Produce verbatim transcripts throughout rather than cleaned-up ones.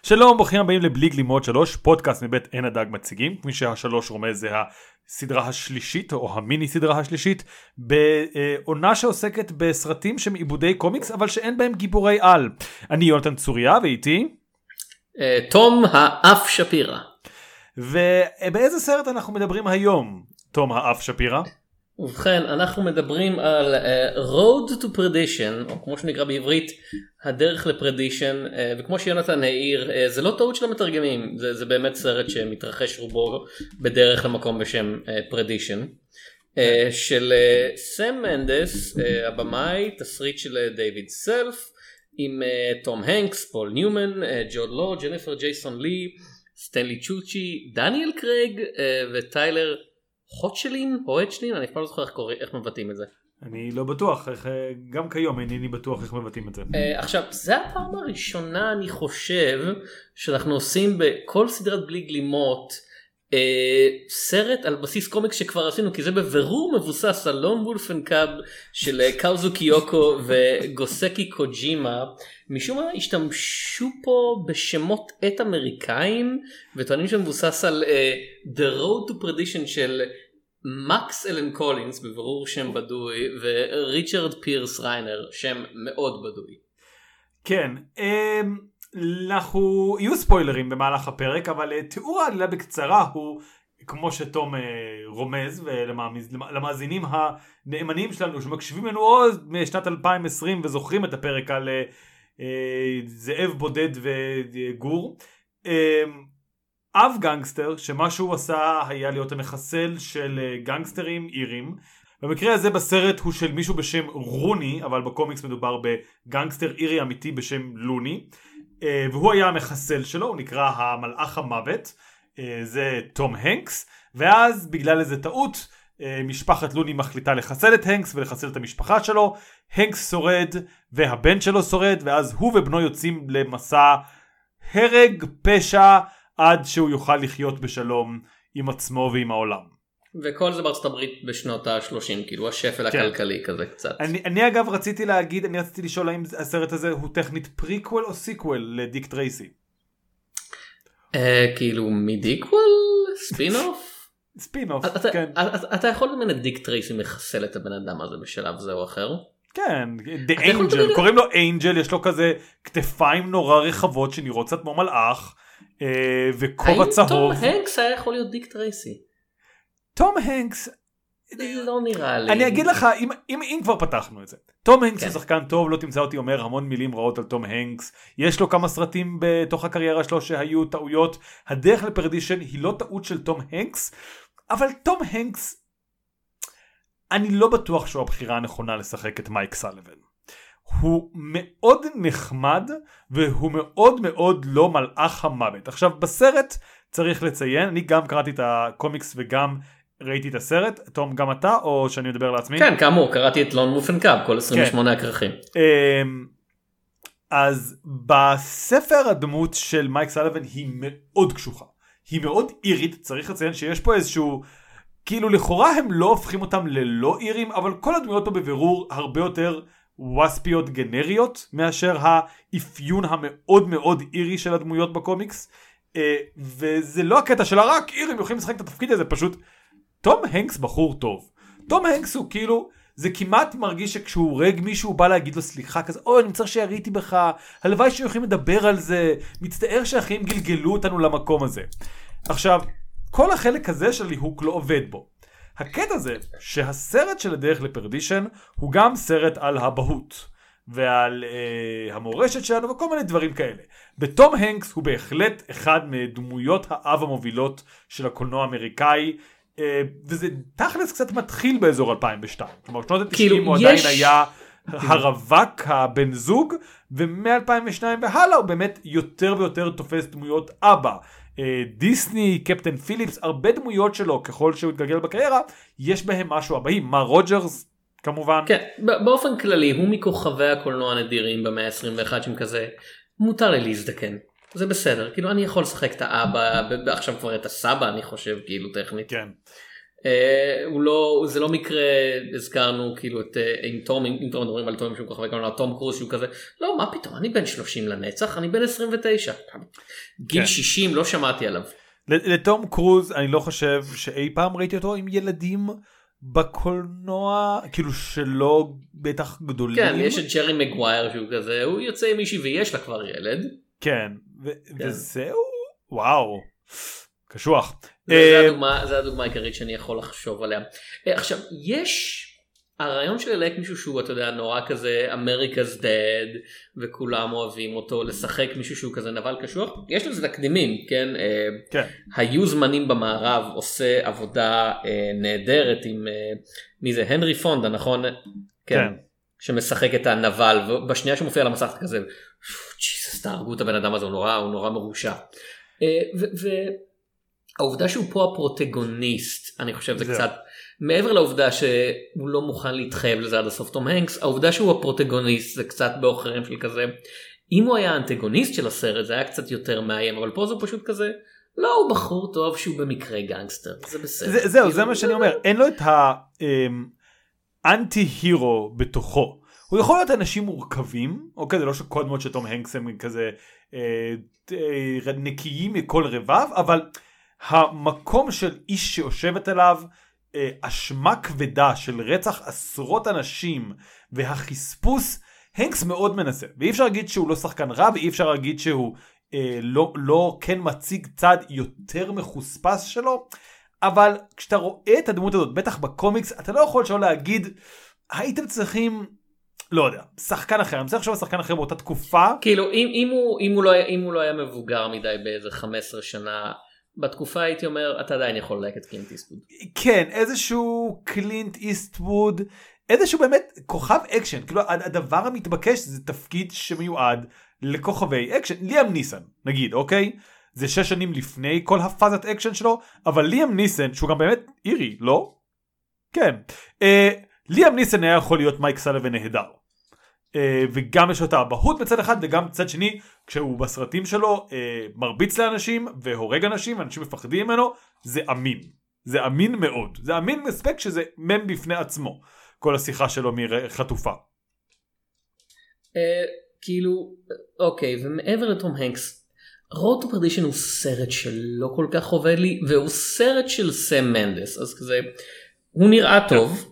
שלום, ברוכים הבאים לבלי גלימות שלוש, פודקאסט מבית עין הדג מציגים, כפי שהשלוש רומז זה הסדרה השלישית או המיני סדרה השלישית, בעונה שעוסקת בסרטים שהם עיבודי קומיקס אבל שאין בהם גיבורי על. אני יונתן צוריה ואיתי תום האף שפירא. ובאיזה סרט אנחנו מדברים היום, תום האף שפירא? ובכן, אנחנו מדברים על uh, Road to Perdition, או כמו שנקרא בעברית, הדרך לפרדישן, uh, וכמו שיונתן העיר, uh, זה לא טעות של המתרגמים, זה, זה באמת סרט שמתרחש רובו בדרך למקום בשם פרדישן, uh, uh, של uh, סם מנדס, uh, הבמאי, תסריט של דיוויד סלף, עם תום uh, הנקס, פול ניומן, uh, ג'וד לו, ג'ניפר ג'ייסון לי, סטנלי צ'וצ'י, דניאל קרייג uh, וטיילר חוטשלין או אצ'לין, אני אפילו לא זוכר איך, קורא, איך מבטאים את זה. אני לא בטוח, איך, גם כיום אינני בטוח איך מבטאים את זה. Uh, עכשיו, זה הפעם הראשונה אני חושב שאנחנו עושים בכל סדרת בלי גלימות uh, סרט על בסיס קומיקס שכבר עשינו, כי זה בבירור מבוסס על לון וולף אנד קאב של קאוזו קיוקו וגוסקי קוג'ימה. משום מה השתמשו פה בשמות עת אמריקאים וטוענים שמבוסס על uh, The Road to Perdition של מקס אלן קולינס, בבירור שם בדוי, וריצ'רד פירס ריינר, שם מאוד בדוי. כן, אנחנו יהיו ספוילרים במהלך הפרק, אבל תיאור העלילה בקצרה הוא כמו שתום רומז, ולמאזינים הנאמנים שלנו שמקשיבים לנו עוד משנת אלפיים ועשרים וזוכרים את הפרק על זאב בודד וגור. אב גנגסטר שמה שהוא עשה היה להיות המחסל של גנגסטרים אירים. במקרה הזה בסרט הוא של מישהו בשם רוני, אבל בקומיקס מדובר בגנגסטר אירי אמיתי בשם לוני, והוא היה המחסל שלו, הוא נקרא המלאך המוות, זה תום הנקס. ואז בגלל איזה טעות משפחת לוני מחליטה לחסל את הנקס ולחסל את המשפחה שלו. הנקס שורד והבן שלו שורד, ואז הוא ובנו יוצאים למסע הרג פשע עד שהוא יוכל לחיות בשלום עם עצמו ועם העולם. וכל זה בארצות הברית בשנות ה-שלושים, כאילו השפל כן. הכלכלי כזה קצת. אני, אני אגב רציתי להגיד, אני רציתי לשאול האם הסרט הזה הוא טכנית פריקוול או סיקוול לדיק טרייסי? אה, כאילו מדיקוול? ספין-אוף? ספין-אוף, כן. אתה, אתה יכול למען את דיק טרייסי מחסל את הבן אדם הזה בשלב זה או אחר? כן, The Angel, קוראים לו אנג'ל, יש לו כזה כתפיים נורא רחבות שנראות קצת כמו מלאך. וכובע צהוב. האם תום הנקס היה יכול להיות דיק טרייסי? תום הנקס לא נראה לי. אני אגיד לך, אם, אם, אם כבר פתחנו את זה, תום הנקס הוא שחקן טוב, לא תמצא אותי אומר המון מילים רעות על תום הנקס. יש לו כמה סרטים בתוך הקריירה שלו שהיו טעויות. הדרך לפרדישן היא לא טעות של תום הנקס, אבל תום הנקס אני לא בטוח שהוא הבחירה הנכונה לשחק את מייק סאליבן. הוא מאוד נחמד והוא מאוד מאוד לא מלאך המוות. עכשיו בסרט צריך לציין, אני גם קראתי את הקומיקס וגם ראיתי את הסרט. תום, גם אתה או שאני מדבר לעצמי? כן, כאמור, קראתי את לון וולף אנד קאב, כל עשרים ושמונה כן. הכרכים. אז בספר הדמות של מייק סאליבן היא מאוד קשוחה, היא מאוד אירית. צריך לציין שיש פה איזשהו, כאילו לכאורה הם לא הופכים אותם ללא אירים, אבל כל הדמויות פה בבירור הרבה יותר ווספיות גנריות מאשר האפיון המאוד מאוד אירי של הדמויות בקומיקס. וזה לא הקטע של רק אירים יכולים לשחק את התפקיד הזה, פשוט תום הנקס בחור טוב. תום הנקס הוא כאילו, זה כמעט מרגיש שכשהוא הורג מישהו הוא בא להגיד לו סליחה כזה, אוי אני מצטער שיריתי בך, הלוואי שיכולים לדבר על זה, מצטער שהחיים גלגלו אותנו למקום הזה. עכשיו כל החלק הזה של ליהוק לא עובד בו. הקטע זה שהסרט של הדרך לפרדישן הוא גם סרט על הבהות ועל אה, המורשת שלנו וכל מיני דברים כאלה. בתום הנקס הוא בהחלט אחד מדמויות האב המובילות של הקולנוע האמריקאי, אה, וזה תכלס קצת מתחיל באזור אלפיים ושתיים. כלומר שנות ה-תשעים הוא עדיין היה הרווק, הבן זוג, ומ-אלפיים ושתיים והלאה הוא באמת יותר ויותר תופס דמויות אבא. דיסני, קפטן פיליפס, הרבה דמויות שלו ככל שהוא התגלגל בקריירה, יש בהם משהו הבאים. מה רוג'רס כמובן. כן, באופן כללי הוא מכוכבי הקולנוע הנדירים במאה ה-עשרים ואחת שהם כזה, מותר לי להזדקן, זה בסדר, כאילו אני יכול לשחק את האבא, עכשיו כבר את הסבא אני חושב כאילו טכנית. כן. הוא לא, זה לא מקרה, הזכרנו כאילו את עם תום, אם תום מדברים על תום שהוא כוכבי קולנוע, תום קרוז שהוא כזה, לא, לא, מה פתאום, אני בן שלושים לנצח, אני בן עשרים ותשע. גיל שישים לא שמעתי עליו. לתום קרוז, אני לא חושב שאי פעם ראיתי אותו עם ילדים בקולנוע, כאילו שלא בטח גדולים. כן, יש את ג'רי מגווייר שהוא כזה, הוא יוצא עם מישהי ויש לה כבר ילד. כן, וזהו, וואו, קשוח. זה הדוגמה העיקרית שאני יכול לחשוב עליה. עכשיו, יש הרעיון של ללהק מישהו שהוא, אתה יודע, נורא כזה America's Dead, וכולם אוהבים אותו, לשחק מישהו שהוא כזה נבל קשוח, יש לזה תקדימים, כן? כן. היו זמנים במערב עושה עבודה נהדרת עם, מי זה? הנרי פונדה, נכון? כן. שמשחק את הנבל, ובשנייה שמופיע על המסך כזה, ג'יסוס, תהרגו את הבן אדם הזה, הוא נורא, הוא נורא מרושע. והעובדה שהוא פה הפרוטגוניסט, אני חושב זה קצת, מעבר לעובדה שהוא לא מוכן להתחייב לזה עד הסוף תום הנקס, העובדה שהוא הפרוטגוניסט זה קצת באוחרים של כזה, אם הוא היה האנטגוניסט של הסרט זה היה קצת יותר מאיים, אבל פה זה פשוט כזה, לא, הוא בחור טוב שהוא במקרה גנגסטר, זה בסדר. זה, זהו, זה מה שאני אומר, אין לו את האנטי-הירו בתוכו. הוא יכול להיות אנשים מורכבים, אוקיי, זה לא שכל דמות של תום הנקס הם כזה אה, אה, נקיים מכל רבב, אבל המקום של איש שיושבת עליו, אשמה כבדה של רצח עשרות אנשים והחספוס, הנקס מאוד מנסה, ואי אפשר להגיד שהוא לא שחקן רע, ואי אפשר להגיד שהוא אה, לא, לא כן מציג צד יותר מחוספס שלו, אבל כשאתה רואה את הדמות הזאת, בטח בקומיקס, אתה לא יכול שלא להגיד, הייתם צריכים, לא יודע, שחקן אחר, אני צריך לחשוב על שחקן אחר באותה תקופה. כאילו, אם, אם, הוא, אם, הוא לא, אם הוא לא היה מבוגר מדי באיזה חמש עשרה שנה, בתקופה הייתי אומר, אתה עדיין יכול ללהק את קלינט איסטווד. כן, איזשהו קלינט איסטווד, איזשהו באמת כוכב אקשן, כאילו הדבר המתבקש זה תפקיד שמיועד לכוכבי אקשן, ליאם ניסן, נגיד, אוקיי? זה שש שנים לפני כל הפאזת אקשן שלו, אבל ליאם ניסן, שהוא גם באמת אירי, לא? כן. אה, ליאם ניסן היה יכול להיות מייק סלוון נהדר. וגם יש לו את האבהות מצד אחד, וגם מצד שני, כשהוא בסרטים שלו מרביץ לאנשים והורג אנשים, אנשים מפחדים ממנו, זה אמין. זה אמין מאוד. זה אמין מספק שזה מם בפני עצמו, כל השיחה שלו מחטופה. כאילו, אוקיי, ומעבר לתום הנקס, Road to Perdition הוא סרט שלא כל כך עובד לי, והוא סרט של סם מנדס, אז כזה, הוא נראה טוב,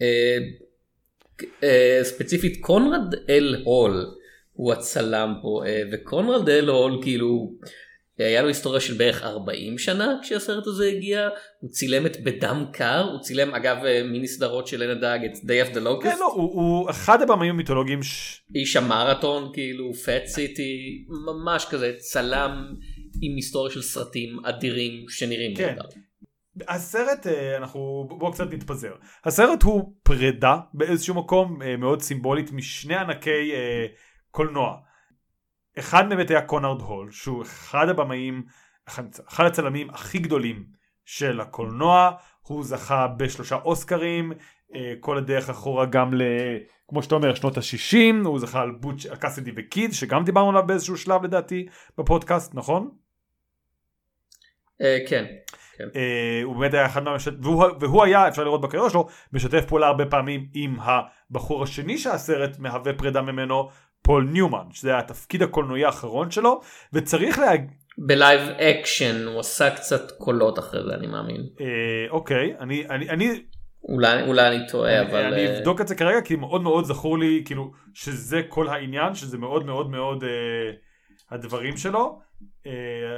ספציפית קונרד אל הול הוא הצלם פה, וקונרד אל הול כאילו היה לו היסטוריה של בערך ארבעים שנה כשהסרט הזה הגיע, הוא צילם את בדם קר, הוא צילם אגב מיני סדרות של אין הדאג, את Day of the Locust. כן, לא, הוא, הוא אחד הבמאים מיתולוגיים ש... איש המרתון, כאילו פט סיטי, ממש כזה צלם עם היסטוריה של סרטים אדירים שנראים כן. נהדר. הסרט, אנחנו בואו קצת נתפזר. הסרט הוא פרידה באיזשהו מקום מאוד סימבולית משני ענקי קולנוע. אחד באמת היה קונרד הול, שהוא אחד הבמאים, אחד הצלמים הכי גדולים של הקולנוע. הוא זכה בשלושה אוסקרים, כל הדרך אחורה גם ל... כמו שאתה אומר, שנות ה-שישים, הוא זכה על בוטש, על קאסידי וקיד, שגם דיברנו עליו באיזשהו שלב לדעתי בפודקאסט, נכון? כן. כן. הוא באמת היה אחד מהמשתף, והוא, והוא היה, אפשר לראות בקריירה שלו, משתף פעולה הרבה פעמים עם הבחור השני שהסרט מהווה פרידה ממנו, פול ניומן, שזה היה התפקיד הקולנועי האחרון שלו, וצריך להג... בלייב אקשן הוא עשה קצת קולות אחרי זה, אני מאמין. אוקיי, אני, אני, אני... אולי, אולי אני טועה, אני, אבל... אני אבדוק את זה כרגע, כי מאוד מאוד זכור לי, כאילו, שזה כל העניין, שזה מאוד מאוד מאוד אה, הדברים שלו. אה,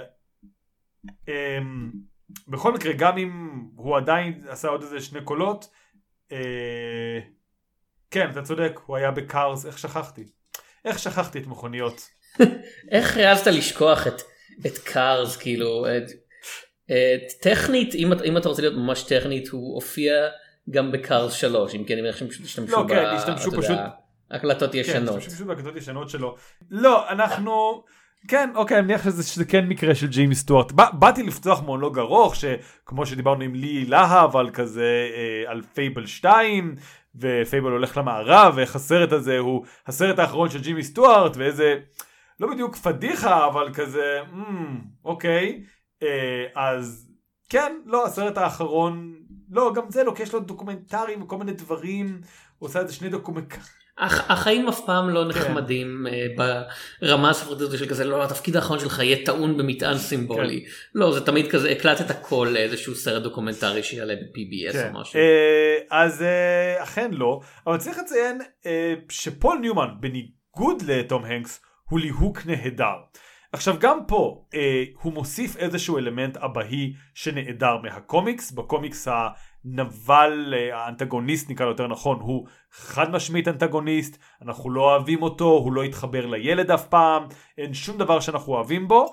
אה, בכל מקרה, גם אם הוא עדיין עשה עוד איזה שני קולות, אה, כן, אתה צודק, הוא היה בקארס, איך שכחתי? איך שכחתי את מכוניות? איך העזת לשכוח את, את קארס, כאילו, את, את, טכנית, אם, אם אתה רוצה להיות ממש טכנית, הוא הופיע גם בקארס שלוש, אם כן, אם אנחנו פשוט השתמשו, לא, כן, השתמשו פשוט... הקלטות ישנות. כן, השתמשו בהקלטות ישנות שלו. לא, אנחנו... כן, אוקיי, אני מניח שזה, שזה כן מקרה של ג'יימי סטוארט. בא, באתי לפתוח מונולוג ארוך, שכמו שדיברנו עם לי להב, על כזה, אה, על פייבל שתיים, ופייבל הולך למערב, ואיך הסרט הזה הוא הסרט האחרון של ג'יימי סטוארט, ואיזה, לא בדיוק פדיחה, אבל כזה, mm, אוקיי, אה, אז כן, לא, הסרט האחרון לא, גם זה לא, כי יש לו דוקומנטרים וכל מיני דברים, הוא עושה את זה שני דוקומנטרים. החיים אף פעם לא נחמדים ברמה הספרותית הזאת של כזה, לא, התפקיד האחרון שלך יהיה טעון במטען סימבולי. לא, זה תמיד כזה, הקלט את הכל לאיזשהו סרט דוקומנטרי שיעלה ב-פי בי אס או משהו. אז אכן לא, אבל צריך לציין שפול ניומן, בניגוד לטום הנקס, הוא ליהוק נהדר. עכשיו גם פה הוא מוסיף איזשהו אלמנט אבהי שנעדר מהקומיקס. בקומיקס הנבל, האנטגוניסט נקרא יותר נכון, הוא חד משמעית אנטגוניסט, אנחנו לא אוהבים אותו, הוא לא יתחבר לילד אף פעם, אין שום דבר שאנחנו אוהבים בו,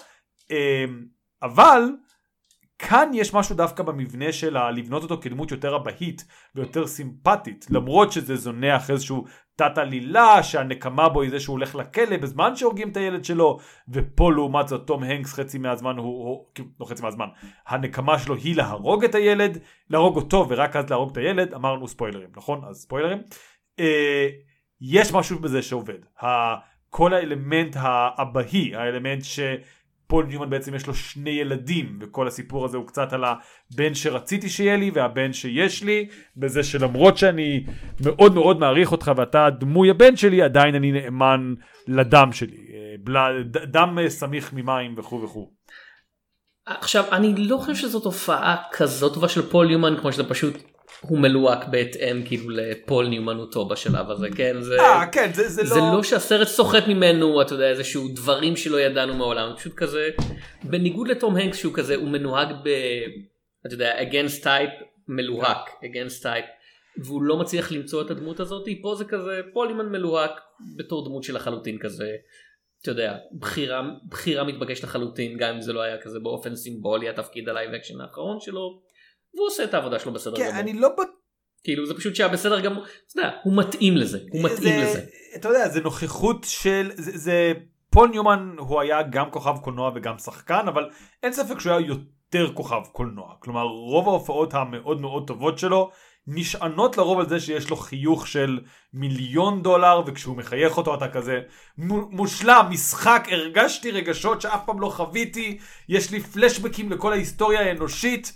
אבל כאן יש משהו דווקא במבנה שלה לבנות אותו כדמות יותר אבהית ויותר סימפטית, למרות שזה זונח איזשהו תת עלילה שהנקמה בו היא זה שהוא הולך לכלא בזמן שהורגים את הילד שלו, ופה לעומת זאת תום הנקס חצי מהזמן הוא, הוא לא חצי מהזמן, הנקמה שלו היא להרוג את הילד, להרוג אותו ורק אז להרוג את הילד. אמרנו ספוילרים, נכון? אז ספוילרים. אה, יש משהו בזה שעובד, כל האלמנט האבהי, האלמנט ש פול ניומן בעצם יש לו שני ילדים, וכל הסיפור הזה הוא קצת על הבן שרציתי שיהיה לי והבן שיש לי, בזה שלמרות שאני מאוד מאוד מעריך אותך ואתה דמוי הבן שלי, עדיין אני נאמן לדם שלי, דם סמיך ממים וכו' וכו'. עכשיו אני לא חושב שזו תופעה כזאת טובה של פול ניומן, כמו שזה פשוט הוא מלואק בהתאם כאילו לפול ניומנותו בשלב הזה, כן? זה, אה, כן, זה, זה, זה לא... לא שהסרט סוחט ממנו, אתה יודע, איזשהו דברים שלא ידענו מעולם, פשוט כזה, בניגוד לתום הנקס שהוא כזה, הוא מנוהג ב, אתה יודע, against type, מלוהק, against type, והוא לא מצליח למצוא את הדמות הזאת, פה זה כזה, פול ניומן מלוהק בתור דמות של לחלוטין כזה, אתה יודע, בחירה, בחירה מתבקשת לחלוטין, גם אם זה לא היה כזה באופן סימבולי, התפקיד הלייב אקשן האחרון שלו, והוא עושה את העבודה שלו בסדר גמור. כן, אני לא... כאילו זה פשוט שהיה בסדר גמור, אתה יודע, הוא מתאים לזה, הוא מתאים לזה. אתה יודע, זה נוכחות של... זה, זה... פול ניומן הוא היה גם כוכב קולנוע וגם שחקן, אבל אין ספק שהוא היה יותר כוכב קולנוע. כלומר, רוב ההופעות המאוד מאוד טובות שלו נשענות לרוב על זה שיש לו חיוך של מיליון דולר, וכשהוא מחייך אותו אתה כזה מושלם, משחק, הרגשתי רגשות שאף פעם לא חוויתי, יש לי פלשבקים לכל ההיסטוריה האנושית.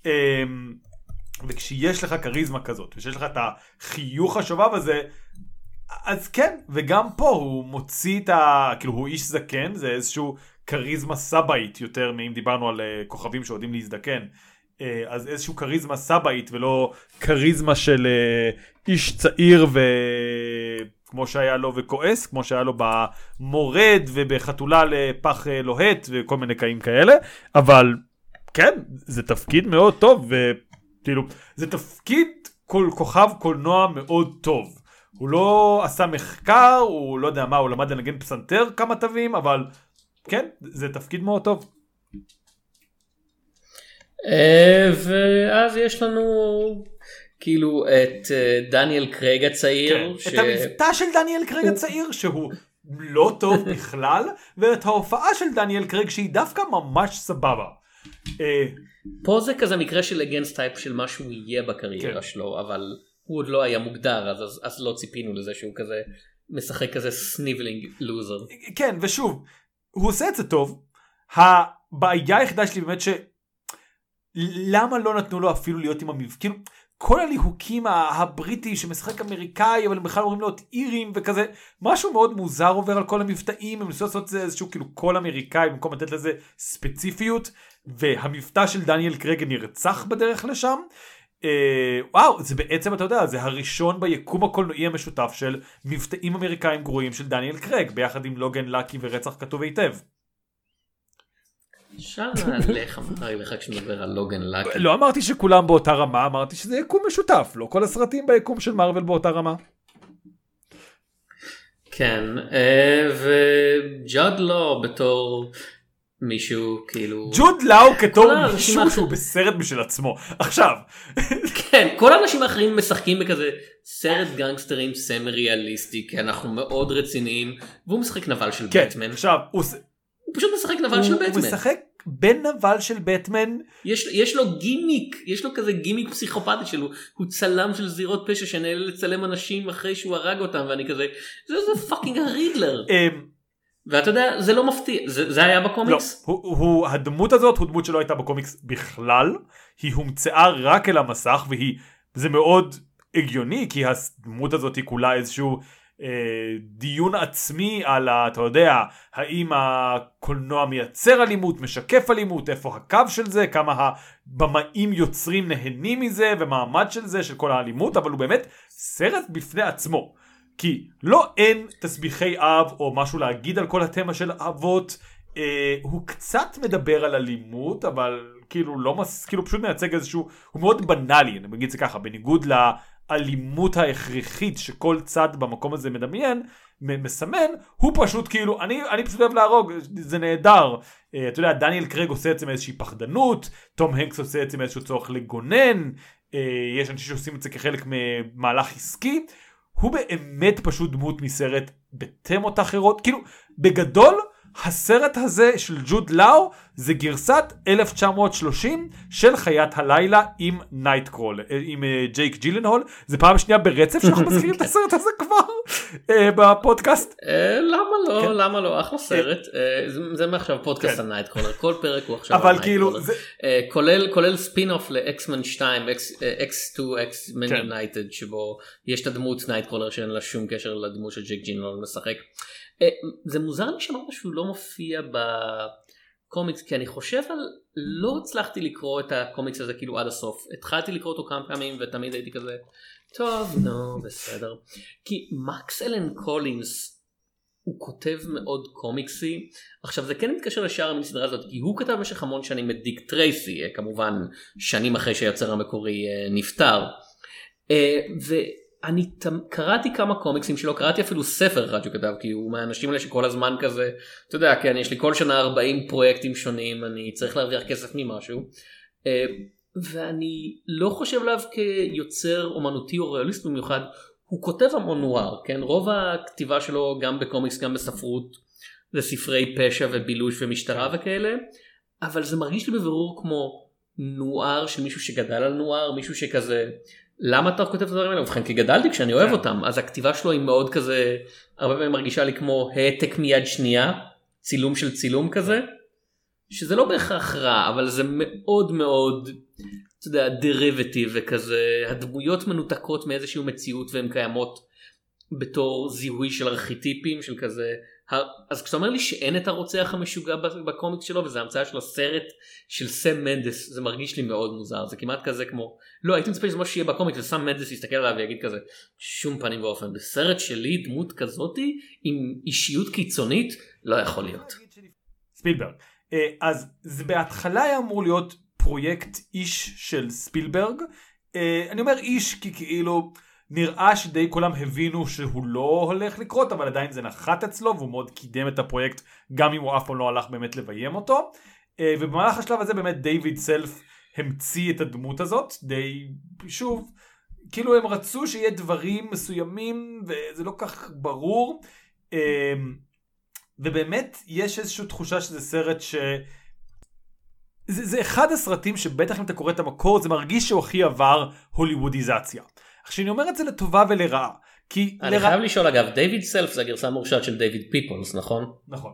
וכשיש לך קריזמה כזאת ושיש לך את החיוך השובב הזה, אז כן, וגם פה הוא מוציא את ה... כאילו הוא איש זקן, זה איזשהו קריזמה סבאית יותר מאם דיברנו על כוכבים שעודים להזדקן, אז איזשהו קריזמה סבאית ולא קריזמה של איש צעיר וכמו שהיה לו וכועס, כמו שהיה לו במורד ובחתולה לפח לוהט וכל מיני קיים כאלה. אבל כן, זה תפקיד מאוד טוב, וכאילו זה תפקיד כל כוכב קולנוע מאוד טוב. הוא לא עשה מחקר, הוא לא יודע מה, הוא למד לנגן פסנתר כמה תווים, אבל כן, זה תפקיד מאוד טוב. ואז יש לנו כאילו את דניאל קרייג הצעיר. את המבטא של דניאל קרייג הצעיר, שהוא לא טוב בכלל, ואת ההופעה של דניאל קרייג שהיא דווקא ממש סבבה. פה זה כזה מקרה של against type של מה שהוא יהיה בקריירה שלו, אבל הוא עוד לא היה מוגדר, אז, אז, אז לא ציפינו לזה שהוא כזה משחק כזה סניבלינג לוזר. כן, ושוב, הוא עושה את זה טוב. הבעיה היחידה שלי באמת ש... למה לא נתנו לו אפילו להיות עם המבטא? כאילו, כל הליהוקים הבריטים שמשחק אמריקאי, אבל הם בכלל אומרים להיות אירים וכזה, משהו מאוד מוזר עובר על כל המבטאים, הם ניסו לעשות את זה איזשהו כאילו קול אמריקאי, במקום לתת לזה ספציפיות, והמבטא של דניאל קרייג נרצח בדרך לשם. אה, וואו, זה בעצם, אתה יודע, זה הראשון ביקום הקולנועי המשותף של מבטאים אמריקאים גרועים של דניאל קרייג, ביחד עם לוגן לקי ורצח כתוב היטב. אפשר להלך, אמר לך כשנדבר על לוגן לקי. לא אמרתי שכולם באותה רמה, אמרתי שזה יקום משותף, לא כל הסרטים ביקום של מארוול באותה רמה. כן, וג'וד לאו בתור מישהו כאילו... ג'וד לאו כתור מישהו שהוא בסרט בשביל עצמו. עכשיו. כן, כל האנשים האחרים משחקים בכזה סרט גנגסטרים סמי ריאליסטי, כי אנחנו מאוד רציניים, והוא משחק נבל של בטמן. עכשיו, הוא... הוא פשוט משחק נבל של בטמן. הוא משחק בין נבל של בטמן. יש, יש לו גימיק, יש לו כזה גימיק פסיכופתי שלו. הוא צלם של זירות פשע שנהל לצלם אנשים אחרי שהוא הרג אותם, ואני כזה, זה זה פאקינג הרידלר. ואתה יודע, זה לא מפתיע, זה, זה היה בקומיקס? לא, הוא, הוא, הדמות הזאת הוא דמות שלא הייתה בקומיקס בכלל, היא הומצאה רק אל המסך, והיא, זה מאוד הגיוני, כי הדמות הזאת היא כולה איזשהו אה, דיון עצמי על, ה, אתה יודע, האם הקולנוע מייצר אלימות, משקף אלימות, איפה הקו של זה, כמה הבמאים יוצרים נהנים מזה, ומעמד של זה, של כל האלימות, אבל הוא באמת סרט בפני עצמו. כי לא אין תסביכי אב או משהו להגיד על כל התמה של אבות, אה, הוא קצת מדבר על אלימות, אבל כאילו לא מס, כאילו פשוט מייצג איזשהו, הוא מאוד בנאלי, אני מגיד זה ככה, בניגוד לאלימות ההכרחית שכל צד במקום הזה מדמיין, מסמן, הוא פשוט כאילו, אני, אני פשוט אוהב להרוג, זה נהדר. אה, אתה יודע, דניאל קרייג עושה את זה מאיזושהי פחדנות, תום הנקס עושה את זה מאיזשהו צורך לגונן, אה, יש אנשים שעושים את זה כחלק ממהלך עסקי, הוא באמת פשוט דמות מסרט בתמות אחרות, כאילו בגדול הסרט הזה של ג'וד לאו זה גרסת אלף תשע מאות שלושים של חיית הלילה עם נייטקרול, עם ג'ייק ג'ילנהול. זה פעם שנייה ברצף שאנחנו מזכירים את הסרט הזה כבר בפודקאסט. למה לא? למה לא? אחלה סרט. זה מעכשיו פודקאסט על נייטקרולר, כל פרק הוא עכשיו על נייטקרולר. כולל ספין אוף לאקסמן שתיים, אקס טו אקסמן יונייטד, שבו יש את הדמות נייטקרולר שאין לה שום קשר לדמות של ג'ייק ג'ילנהול משחק. זה מוזר לי שאמרת שהוא לא מופיע בקומיקס, כי אני חושב על לא הצלחתי לקרוא את הקומיקס הזה כאילו עד הסוף. התחלתי לקרוא אותו כמה פעמים ותמיד הייתי כזה טוב נו בסדר, כי מקס אלן קולינס הוא כותב מאוד קומיקסי. עכשיו זה כן מתקשר לשאר המסדרה הזאת, כי הוא כתב במשך המון שנים את דיק טרייסי, כמובן שנים אחרי שהיוצר המקורי נפטר, ו אני קראתי כמה קומיקסים שלו, קראתי אפילו ספר אחד שהוא כתב, כי הוא מהאנשים האלה שכל הזמן כזה, אתה יודע, כי אני יש לי כל שנה ארבעים פרויקטים שונים, אני צריך להרוויח כסף ממשהו, ואני לא חושב עליו כיוצר אומנותי או ריאליסט במיוחד, הוא כותב המון נואר, כן? רוב הכתיבה שלו גם בקומיקס, גם בספרות, זה ספרי פשע ובילוש ומשטרה וכאלה, אבל זה מרגיש לי בבירור כמו נואר של מישהו שגדל על נואר, מישהו שכזה, למה אתה כותב את הדברים האלה? ובכן, כי גדלתי כשאני אוהב אותם, אז הכתיבה שלו היא מאוד כזה, הרבה פעמים מרגישה לי כמו העתק מיד שנייה, צילום של צילום כזה, שזה לא בהכרח רע, אבל זה מאוד מאוד, אתה יודע, דריבטיב וכזה, הדמויות מנותקות מאיזושהי מציאות והן קיימות בתור זיהוי של ארכיטיפים, של כזה, אז כשאתה אומר לי שאין את הרוצח המשוגע בקומיקס שלו, וזה המצאה של הסרט של סם מנדס, זה מרגיש לי מאוד מוזר, זה כמעט כזה כמו, לא, הייתי מצפה שזה משהו שיהיה בקומיקס, וסם מנדס יסתכל עליו ויגיד כזה, שום פנים ואופן, בסרט שלי דמות כזאתי, עם אישיות קיצונית, לא יכול להיות. ספילברג, אז זה בהתחלה היה אמור להיות פרויקט איש של ספילברג, אני אומר איש כי כאילו, נראה שדי כולם הבינו שהוא לא הולך לקרות, אבל עדיין זה נחת אצלו, והוא מאוד קידם את הפרויקט, גם אם הוא אף פעם לא הלך באמת לביים אותו. ובמהלך השלב הזה באמת דיוויד סלף המציא את הדמות הזאת, די, שוב, כאילו הם רצו שיהיה דברים מסוימים, וזה לא כך ברור. ובאמת יש איזושהי תחושה שזה סרט ש... זה, זה אחד הסרטים שבטח אם אתה קורא את המקור, זה מרגיש שהוא הכי עבר הוליוודיזציה. כשאני אומר את זה לטובה ולרעה, כי... אני חייב לשאול אגב, דיוויד סלף זה הגרסה המורשעת של דיוויד פיפולס, נכון? נכון.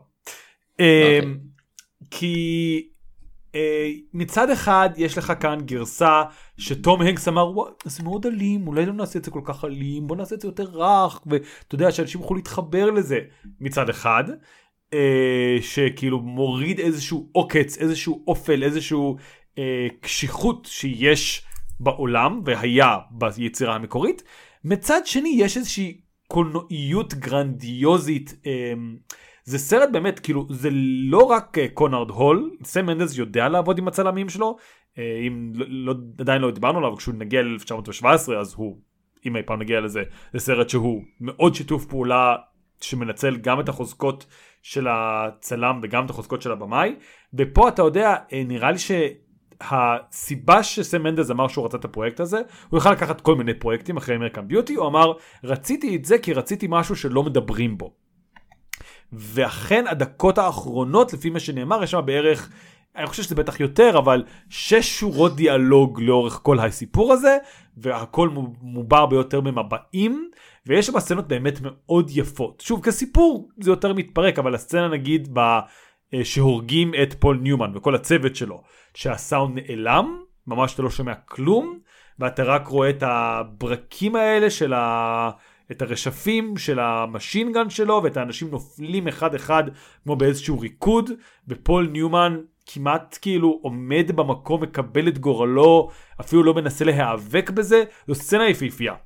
כי מצד אחד יש לך כאן גרסה שתום הנקס אמר, וואי, זה מאוד אלים, אולי לא נעשה את זה כל כך אלים, בוא נעשה את זה יותר רך, ואתה יודע שאנשים יכולו להתחבר לזה מצד אחד, שכאילו מוריד איזשהו עוקץ, איזשהו אופל, איזשהו קשיחות שיש בעולם והיה ביצירה המקורית. מצד שני יש איזושהי קולנועיות גרנדיוזית. זה סרט באמת, כאילו זה לא רק קונרד הול, סם מנדס יודע לעבוד עם הצלמים שלו, אם לא, עדיין לא דיברנו עליו, כשהוא נגיע ל-אלף תשע מאות שבע עשרה אז הוא, אם אי פעם נגיע לזה, זה סרט שהוא מאוד שיתוף פעולה שמנצל גם את החוזקות של הצלם וגם את החוזקות של הבמאי, ופה אתה יודע, נראה לי ש הסיבה שסם מנדס אמר שהוא רצה את הפרויקט הזה, הוא יוכל לקחת כל מיני פרויקטים אחרי אמריקן ביוטי, הוא אמר רציתי את זה כי רציתי משהו שלא מדברים בו, ואכן הדקות האחרונות לפי מה שנאמר יש שם בערך אני חושב שזה בטח יותר, אבל שש שורות דיאלוג לאורך כל הסיפור הזה, והכל מובר ביותר ממבעים, ויש שם סצנות באמת מאוד יפות. שוב, כסיפור זה יותר מתפרק, אבל הסצנה נגיד ב... שהורגים את פול ניומן וכל הצוות שלו, שהסאונד נעלם, ממש אתה לא שומע כלום, ואתה רק רואה את הברקים האלה של ה... את הרשפים של המשינגן שלו, ואת האנשים נופלים אחד אחד כמו באיזשהו ריקוד, ופול ניומן כמעט כאילו עומד במקום, מקבל את גורלו, אפילו לא מנסה להיאבק בזה. זו סצנה יפהפייה,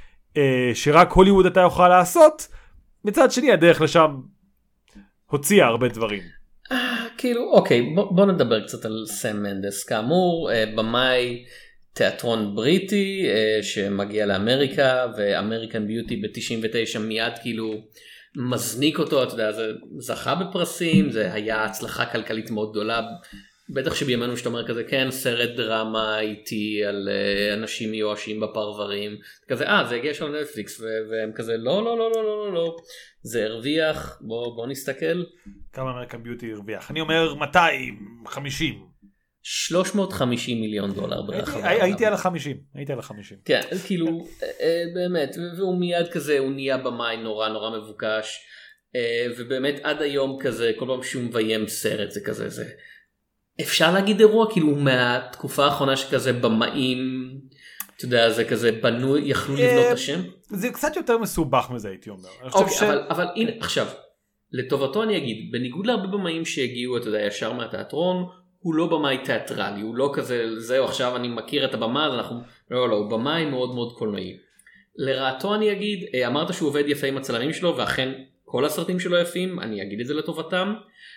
שרק הוליווד אתה יוכל לעשות. מצד שני הדרך לשם הוציאה הרבה דברים. כאילו אוקיי, בוא, בוא נדבר קצת על סם מנדס. כאמור, במאי תיאטרון בריטי שמגיע לאמריקה, ואמריקן ביוטי ב-תשעים ותשע מיד כאילו מזניק אותו, אתה יודע, זה זכה בפרסים, זה היה הצלחה כלכלית מאוד גדולה, בטח שבימינו שאתה אומר כזה, כן, סרט דרמה איטי על אנשים מיואשים בפרברים, כזה, אה, זה הגיע שם לנטפליקס, והם כזה, לא, לא, לא, לא, לא, לא, זה הרוויח, בוא, בוא נסתכל. כמה אמריקן ביוטי הרוויח? אני אומר מאתיים וחמישים. שלוש מאות וחמישים מיליון דולר ברחבה. הייתי על החמישים, הייתי על החמישים. כן, כאילו, באמת, והוא מיד כזה, הוא נהיה במאי נורא נורא מבוקש, ובאמת עד היום כזה, כל פעם שהוא מביים סרט זה כזה, זה, אפשר להגיד אירוע, כאילו, מהתקופה האחרונה שכזה במאים, אתה יודע, זה כזה בנו, יכלו לבנות את השם? זה קצת יותר מסובך מזה, הייתי אומר. אוקיי, אבל הנה, עכשיו, לטובתו אני אגיד, בניגוד להרבה במאים שהגיעו, אתה יודע, ישר מהתיאטרון, הוא לא במאי תיאטרלי, הוא לא כזה, זהו, עכשיו אני מכיר את הבמה, אז אנחנו, לא, לא, הוא במאי מאוד מאוד קולנועי. לרעתו אני אגיד, אמרת שהוא עובד יפה עם הצלמים שלו, ואכן כל הסרטים שלו יפים, אני אגיד את זה לטובתם,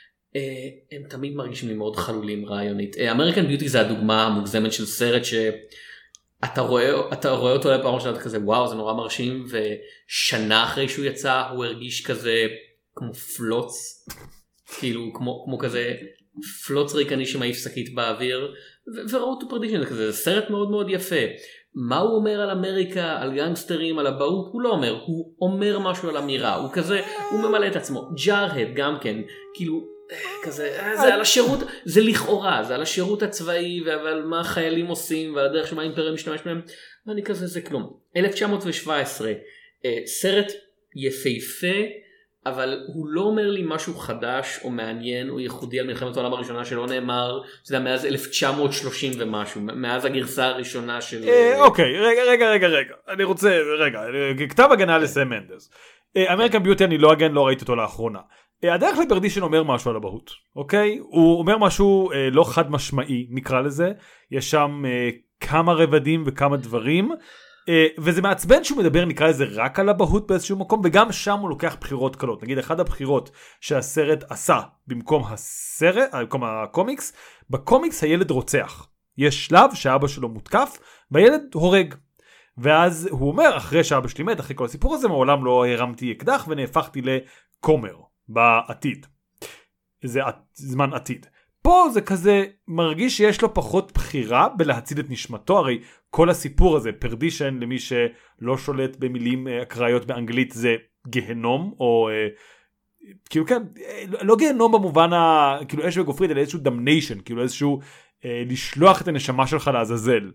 הם תמיד מרגישים לי מאוד חלולים רעיונית. אמריקן ביוטי זה הדוגמה המוגזמת של סרט שאתה רואה, אתה רואה אותו לפעם ראשונה כזה, וואו, זה נורא מרשים, ושנה אחרי שהוא יצא, הוא הרגיש כזה כמו פלוץ, כאילו כמו, כמו כזה פלוץ ריקני שמעיף שקית באוויר, וראו to perdition, זה סרט מאוד מאוד יפה. מה הוא אומר על אמריקה, על גנגסטרים, על הבאות? הוא לא אומר, הוא אומר משהו על אמירה, הוא כזה, הוא ממלא את עצמו. ג'ארד גם כן, כאילו, כזה, זה על השירות, זה לכאורה, זה על השירות הצבאי, ועל מה החיילים עושים, ועל הדרך שמה האימפריה משתמש בהם, ואני כזה, זה כלום. אלף תשע מאות שבע עשרה, סרט יפהפה, אבל הוא לא אומר לי משהו חדש או מעניין או ייחודי על מלחמת העולם הראשונה שלא נאמר, זה היה מאז אלף תשע מאות שלושים ומשהו, מאז הגרסה הראשונה של... אוקיי, רגע, רגע, רגע, רגע, אני רוצה, רגע, כתב הגנה לסם מנדס. אמריקן ביוטי אני לא אגן, לא ראיתי אותו לאחרונה. הדרך לפרדישן אומר משהו על הבאות, אוקיי? הוא אומר משהו לא חד משמעי, נקרא לזה. יש שם כמה רבדים וכמה דברים. וזה מעצבן שהוא מדבר, נקרא לזה, רק על הבאות באיזשהו מקום, וגם שם הוא לוקח בחירות קלות. נגיד, אחד הבחירות שהסרט עשה במקום הסרט, במקום הקומיקס, בקומיקס הילד רוצח. יש שלב שאבא שלו מותקף, והילד הורג. ואז הוא אומר, אחרי שאבא שלי מת, אחרי כל הסיפור הזה, מעולם לא הרמתי אקדח ונהפכתי לכומר בעתיד. זה זמן עתיד. פה זה כזה מרגיש שיש לו פחות בחירה בלהציל את נשמתו, הרי כל הסיפור הזה, פרדישן, למי שלא שולט במילים אקראיות באנגלית, זה גהנום, או כאילו כן, לא גהנום במובן ה... כאילו אש וגופרית, אלא איזשהו דמניישן, כאילו איזשהו לשלוח את הנשמה שלך לעזאזל.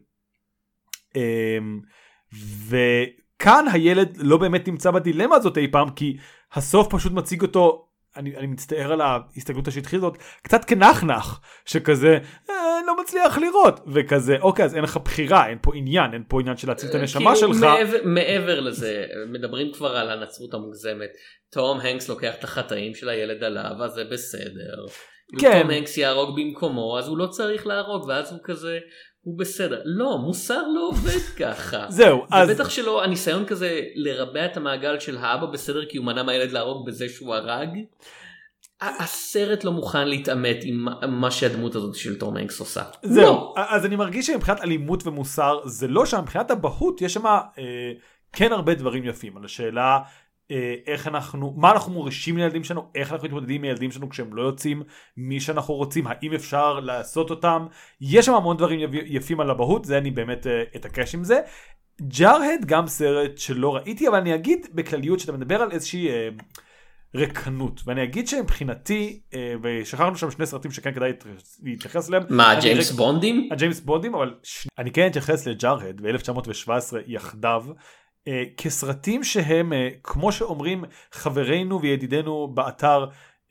וכאן הילד לא באמת נמצא בדילמה הזאת אי פעם, כי הסוף פשוט מציג אותו, אני, אני מצטער על ההסתגלות השטחית הזאת, קצת כנחנך, שכזה, אה, לא מצליח לראות, וכזה, אוקיי, אז אין לך בחירה, אין פה עניין, אין פה עניין של להציל את הנשמה שלך. מעבר, מעבר לזה, מדברים כבר על הנצרות המוגזמת, תום הנקס לוקח את החטאים של הילד עליו, אז זה בסדר. כן. אם תום הנקס יהרוג במקומו, אז הוא לא צריך להרוג, ואז הוא כזה... הוא בסדר. לא, מוסר לא עובד ככה. זהו. אז... ובטח שלא, הניסיון כזה לרבע את המעגל של האבא בסדר, כי הוא מנע מהילד להרוג בזה שהוא הרג. הסרט לא מוכן להתאמת עם מה שהדמות הזאת של תום הנקס עושה. זהו. לא. אז אני מרגיש שמבחינת אלימות ומוסר, זה לא שם. מבחינת הבהות, יש שם אה, כן הרבה דברים יפים. על השאלה... איך אנחנו, מה אנחנו מורישים לילדים שלנו, איך אנחנו מתמודדים עם ילדים שלנו כשהם לא יוצאים מי שאנחנו רוצים, האם אפשר לעשות אותם. יש שם המון דברים יפים על הבהות, זה אני באמת אתעקש עם זה. ג'ארד גם סרט שלא ראיתי, אבל אני אגיד בכלליות שאתה מדבר על איזושהי רקנות. ואני אגיד שמבחינתי, ושכחנו שם שני סרטים שכן כדאי להתייחס אליהם. מה, ג'יימס בונדים? הג'יימס בונדים, אבל אני כן אתייחס לג'ארד ב-אלף תשע מאות שבע עשרה יחדיו, כסרטים שהם, כמו שאומרים חברינו וידידינו באתר,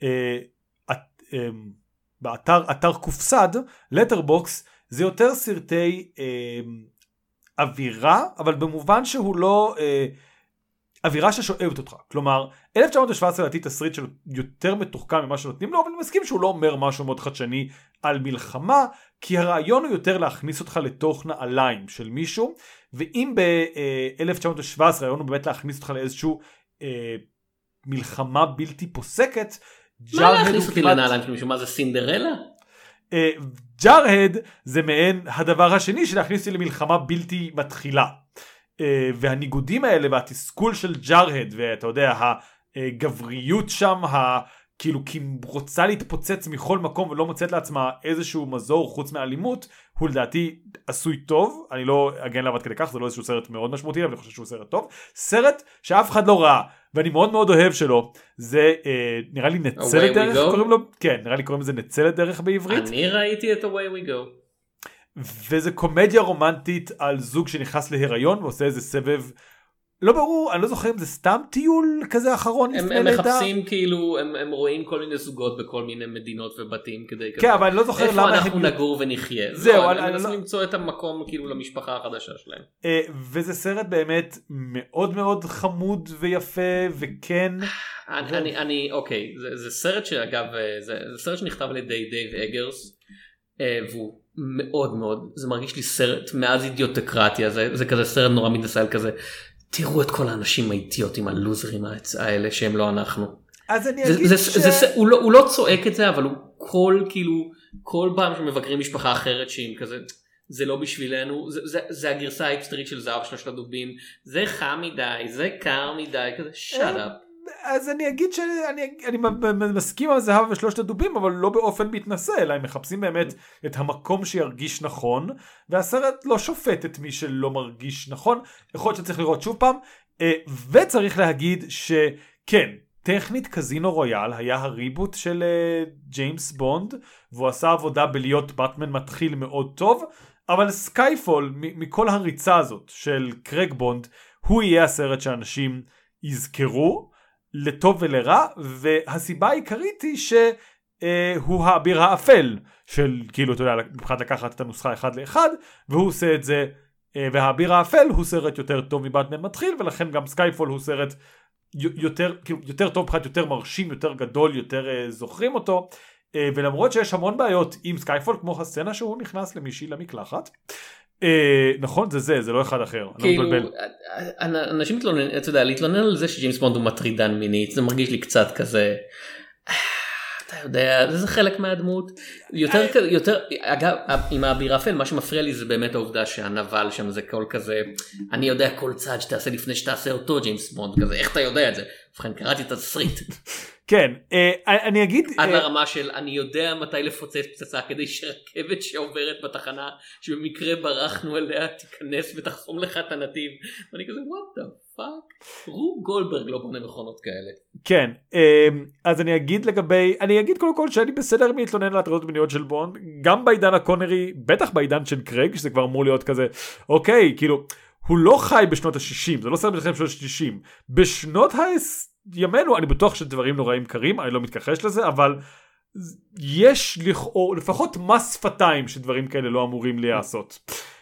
באתר, אתר קופסד, לטרבוקס, זה יותר סרטי אווירה, אבל במובן שהוא לא... אווירה ששואבת אותך. כלומר, אלף תשע מאות שבע עשרה לדעתי תסריט של יותר מתוחכם ממה שנותנים לו, אבל אני מסכים שהוא לא אומר משהו מאוד חדשני על מלחמה, כי הרעיון הוא יותר להכניס אותך לתוך נעליים של מישהו, ואם ב-אלף תשע מאות שבע עשרה הרעיון הוא באמת להכניס אותך לאיזשהו אה, מלחמה בלתי פוסקת, מה להכניס אותי כמעט... לנעליים של מישהו? מה זה סינדרלה? אה, ג'ארד זה מעין הדבר השני של להכניס אותי למלחמה בלתי מתחילה. והניגודים האלה והתסכול של ג'ארד ואתה יודע הגבריות שם כאילו כי רוצה להתפוצץ מכל מקום ולא מוצאת לעצמה איזשהו מזור חוץ מאלימות, הוא לדעתי עשוי טוב. אני לא אגן לעבוד כדי כך, זה לא איזשהו סרט מאוד משמעותי, אבל אני חושב שהוא סרט טוב, סרט שאף אחד לא ראה ואני מאוד מאוד אוהב שלו, זה אה, נראה לי נצלת דרך קוראים לו, כן נראה לי קוראים לזה נצלת דרך בעברית. אני ראיתי את Away We Go, וזה קומדיה רומנטית על זוג שנכנס להיריון ועושה איזה סבב, לא ברור, אני לא זוכר אם זה סתם טיול כזה אחרון הם, לפני הם לידה. הם מחפשים כאילו, הם, הם רואים כל מיני זוגות בכל מיני מדינות ובתים כדי כן, אבל אני לא זוכר איפה למה אנחנו הם... נגור ונחיה. זהו, לא, אני, הם אני מנסים לא... למצוא את המקום כאילו למשפחה החדשה שלהם. וזה סרט באמת מאוד מאוד חמוד ויפה וכן. אני, ו... אני, אני, אוקיי, זה, זה סרט שאגב, זה, זה סרט שנכתב על ידי דייב אגרס, והוא מאוד מאוד, זה מרגיש לי סרט מאז אידיוטקרטיה, זה, זה כזה סרט נורא מתסייל כזה, תראו את כל האנשים האידיוטים הלוזרים האלה שהם לא אנחנו. אז אני זה, אגיד זה, ש... זה, זה, הוא, לא, הוא לא צועק את זה, אבל הוא כל כאילו, כל פעם שמבקרים משפחה אחרת שהיא כזה, זה לא בשבילנו, זה, זה, זה הגרסה האיפסטרית של זהב שלושת הדובים, זה חם מדי, זה קר מדי, כזה shut up. אז אני אגיד שאני אני מסכים על זהב ושלושת הדובים, אבל לא באופן מתנשא, אלא הם מחפשים באמת את המקום שירגיש נכון, והסרט לא שופט את מי שלא מרגיש נכון. יכול להיות שצריך לראות שוב פעם, וצריך להגיד שכן, טכנית קזינו רויאל היה הריבוט של ג'יימס בונד, והוא עשה עבודה בלהיות באטמן מתחיל מאוד טוב, אבל סקייפול, מכל הריצה הזאת של קרג בונד, הוא יהיה הסרט שאנשים יזכרו, לטוב ולרע, והסיבה העיקרית היא שהוא האביר האפל של כאילו אתה יודע מבחינת לקחת את הנוסחה אחד לאחד, והוא עושה את זה, והאביר האפל הוא סרט יותר טוב מבטמן מתחיל, ולכן גם סקייפול הוא סרט יותר כאילו יותר טוב, מבחינת יותר מרשים, יותר גדול, יותר זוכרים אותו. ולמרות שיש המון בעיות עם סקייפול, כמו הסצנה שהוא נכנס למישהי למקלחת, נכון, זה זה, זה לא אחד אחר. כאילו, אנשים מתלוננים, אתה יודע, להתלונן על זה שג'יימס בונד הוא מטרידן מינית, זה מרגיש לי קצת כזה, אתה יודע, זה חלק מהדמות. יותר, יותר, אגב, עם האביר אפל, מה שמפריע לי זה באמת העובדה שהנבל שם זה כל כזה, אני יודע כל צעד שתעשה לפני שתעשה אותו ג'יימס בונד, כזה, איך אתה יודע את זה? ובכן, קראתי את התסריט. כן, אני אגיד... עד לרמה של אני יודע מתי לפוצץ פצצה כדי שרכבת שעוברת בתחנה שבמקרה ברחנו אליה תיכנס ותחסום לך את הנתיב. ואני כזה what the fuck? רוב גולדברג לא בונה מכונות כאלה. כן, אז אני אגיד לגבי, אני אגיד קודם כל שאני בסדר מתלונן על הטרדות מיניות של בונד, גם בעידן הקונרי, בטח בעידן של קרג, שזה כבר אמור להיות כזה, אוקיי, כאילו, הוא לא חי בשנות ה-שישים, זה לא סרט בשנות ה-שישים. בשנות ה... ימינו, אני בטוח שדברים נוראים קרים, אני לא מתכחש לזה, אבל יש לכאורה, לפחות מס שפתיים שדברים כאלה לא אמורים להיעשות.